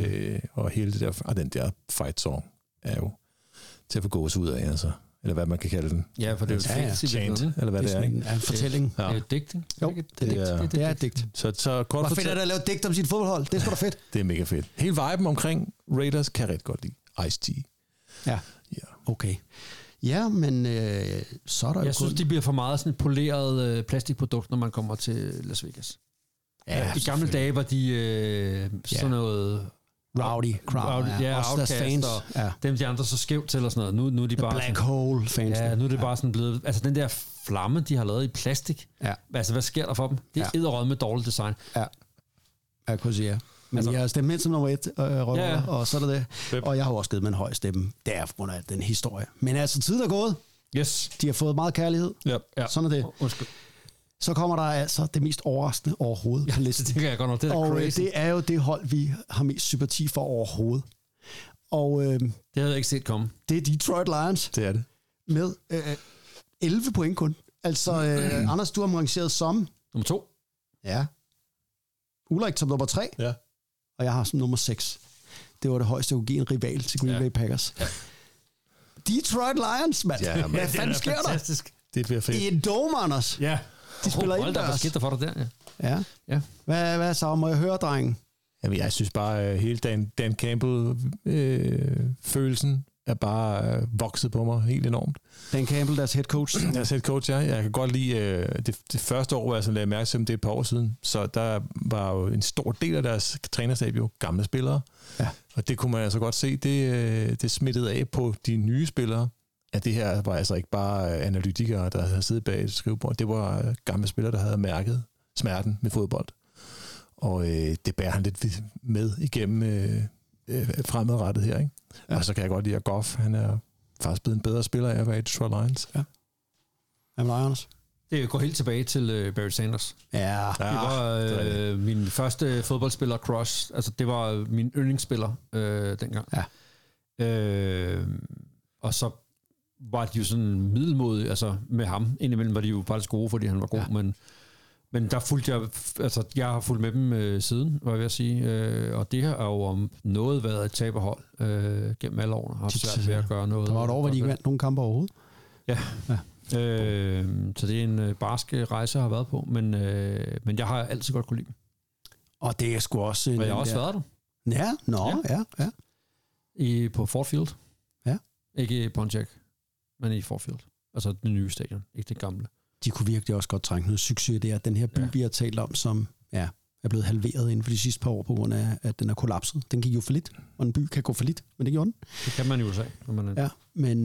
og hele det der, og den der fight song er jo til at få gås ud af, altså. Eller hvad man kan kalde den. Ja, for det er jo chant, eller hvad det er, ikke? Er en fortælling. Det er et digt, ikke? Jo, det er et digt. Så kort hvor fedt er det at lave et digt om sit fodboldhold? Det er sgu da fedt. Det er mega fedt. Hele viben omkring Raiders kan jeg rigtig godt lide. Ice-T. Ja, okay. Ja, men så er der jeg synes, de bliver for meget sådan et poleret plastikprodukt, når man kommer til Las Vegas. Ja, i gamle dage var de sådan noget... Rowdy crowd. Outcast, fans. Og dem de andre så skævt til og sådan noget. Nu er de bare Black sådan, Hole fans. Ja, nu er det bare sådan blevet... Altså den der flamme, de har lavet i plastik. Ja. Altså, hvad sker der for dem? Det er edderød med dårligt design. Ja, jeg kunne sige ja. Men altså, jeg har stemt ind som nummer 1, og så er det det. Og jeg har også givet med en høj stemme. Det er på grund af den historie. Men altså, tiden er gået. Yes. De har fået meget kærlighed. Ja. Sådan er det. Undskyld. Så kommer der altså det mest overraskende overhovedet på listen. Det kan jeg godt nok. Det er og crazy. Det er jo det hold, vi har mest sympati for overhovedet. Og det havde jeg ikke set komme. Det er Detroit Lions. Det er det. Med 11 point kun. Altså, Anders, du har rangeret som... Nummer 2. Ja. Ulrik som nummer 3. Ja. Og jeg har som nummer 6. Det var det højeste, jeg kunne give en rival til Green Bay Packers. Ja. Detroit Lions, mand. Ja, hvad fanden sker fantastisk. der? Det bliver fedt. I en dome, Anders. Ja. De spiller indendørs. Hvad skete der for dig der? Ja. Hvad så? Må jeg høre, drengen? Jamen, jeg synes bare, hele Dan Campbell-følelsen er bare vokset på mig helt enormt. Dan Campbell, deres head coach. Deres head coach, ja. Jeg kan godt lide det første år, hvor jeg lagde mærke til, det er et par år siden. Så der var jo en stor del af deres trænerstab jo gamle spillere. Ja. Og det kunne man altså godt se, det smittede af på de nye spillere. At det her var altså ikke bare analytikere, der havde siddet bag et skrivebord. Det var gamle spillere, der havde mærket smerten med fodbold. Og det bærer han lidt med igennem fremadrettet her, ikke? Ja. Og så kan jeg godt lide, at Goff, han er faktisk blevet en bedre spiller af at være i Detroit Lions. Ja. Jamen, Anders? Det går helt tilbage til Barry Sanders. Ja. Det var min første fodboldspiller crush. Altså, det var min yndlingsspiller dengang. Ja. Og så var de jo sådan middelmodige, altså med ham. Indimellem var de jo faktisk gode, fordi han var god, ja. Men der fulgte jeg, altså jeg har fulgt med dem siden, var jeg ved at sige, og det har jo om noget været et taberhold gennem alle årene. Har haft svært ved at gøre noget. Der var et år, hvor de ikke vandt nogen kampe overhovedet. Ja. Så det er en barske rejse, jeg har været på, men jeg har altid godt kunne lide dem. Og det er sgu også... Og jeg har også været der. Ja. På Ford Field. Ja. Ikke i Pontiac, men i Ford Field. Altså det nye stadion, ikke det gamle. De kunne virkelig også godt trænge noget succes. Det er den her by, vi har talt om, som er blevet halveret inden for de sidste par år, på grund af, at den er kollapset. Den gik jo for lidt, og en by kan gå for lidt, men det gjorde den. Det kan man jo sige. Ja, men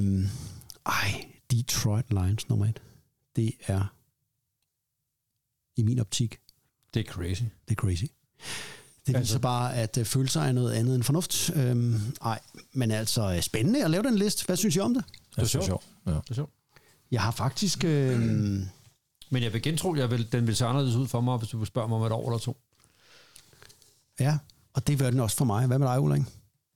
Detroit Lions nummer 1, det er i min optik. Det er crazy. Det er crazy. Det viser bare, at følelser er noget andet end fornuft. Men altså spændende at lave den liste. Hvad synes I om det? Det er sjovt. Ja. Det er sjovt. Jeg har faktisk... Men jeg vil gentro, den vil se anderledes ud for mig, hvis du spørger mig om et år eller 2. Ja, og det vil den også for mig. Hvad med dig, Ulrik?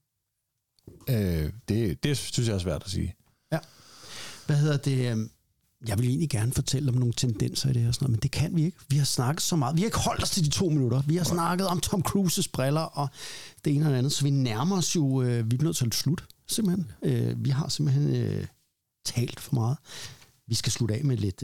Det synes jeg er svært at sige. Ja. Hvad hedder det? Jeg vil egentlig gerne fortælle om nogle tendenser i det her, sådan noget, men det kan vi ikke. Vi har snakket så meget. Vi har ikke holdt os til de 2 minutter. Vi har snakket om Tom Cruises briller og det ene og det andet, så vi nærmer os jo... vi er nødt til at slutte, simpelthen. Vi har simpelthen talt for meget. Vi skal slutte af med lidt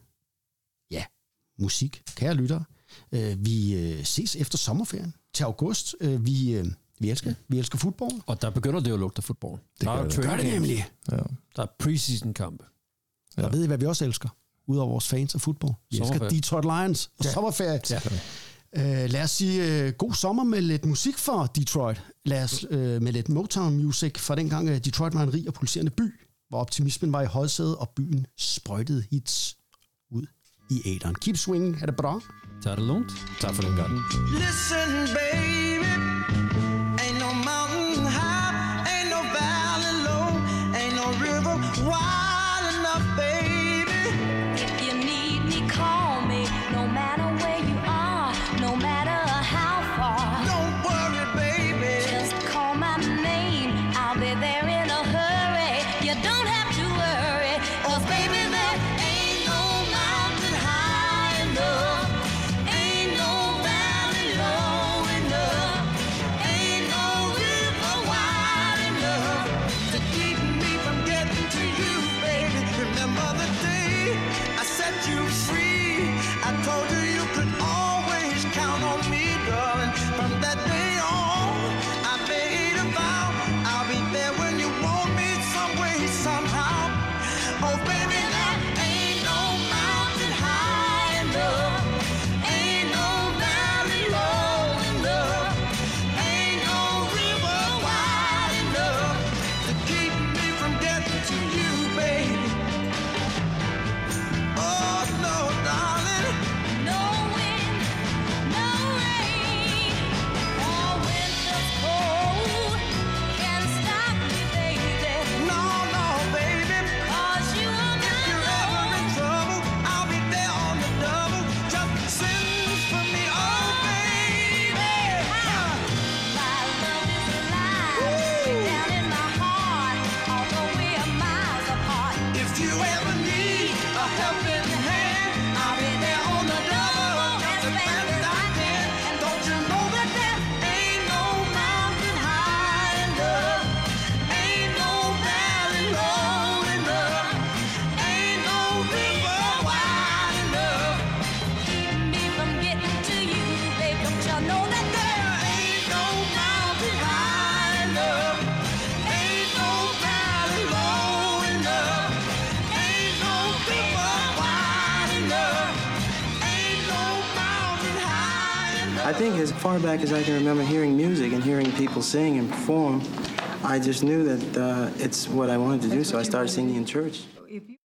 musik. Kære lyttere, vi ses efter sommerferien til august. Vi elsker fodbold. Og der begynder det jo at lugte fodbold. Det gør det nemlig. Ja. Der er preseason kampe. Der ved I, hvad vi også elsker, udover vores fans af fodbold. Vi elsker Detroit Lions og sommerferie. Lad os sige god sommer med lidt musik for Detroit. Lad os med lidt Motown Music fra dengang Detroit var en rig og pulserende by, hvor optimismen var i højsædet, og byen sprøjtede hits ud i æderen. Keep swinging, er det bra? Tag det lungt. Tak for den gang. Listen, baby, ain't no mountain high, ain't no valley low, ain't no river wide enough, baby. If you need me, call me, no matter where you are, no matter how far. Don't worry, baby, Just call my name, I'll be there in a hurry. You don't have to worry, 'cause baby, there ain't no mountain high enough, ain't no valley low enough, ain't no river wide enough to keep me from getting to you, baby. Remember the day I set you free? I told you you could always count on me, darling. From that day on, I made a vow I'll be there when you want me, some way, somehow. Oh, baby, there ain't no mountain high enough, ain't no valley low enough, ain't no river wide enough to keep me from getting to you, baby. Oh, no, darling. No wind, no rain, or winter's cold can stop me, baby. No, no, baby. 'Cause you are If my you're ever in love. trouble, I'll be there on the double. Just send for me, oh, baby. My love is alive, way down in my heart, although we are miles apart. If you ever need a helping hand, I'll be there on the double, just as fast as I can. And don't you know that there ain't no mountain high enough, ain't no valley low enough, ain't no river wide enough. Keep me from getting to you, babe. Don't you know that There ain't no mountain high enough, ain't no valley low enough, ain't no river wide enough, ain't no mountain high enough. I think as far back as I can remember hearing music and hearing people sing and perform, I just knew that it's what I wanted to do, so I started singing in church.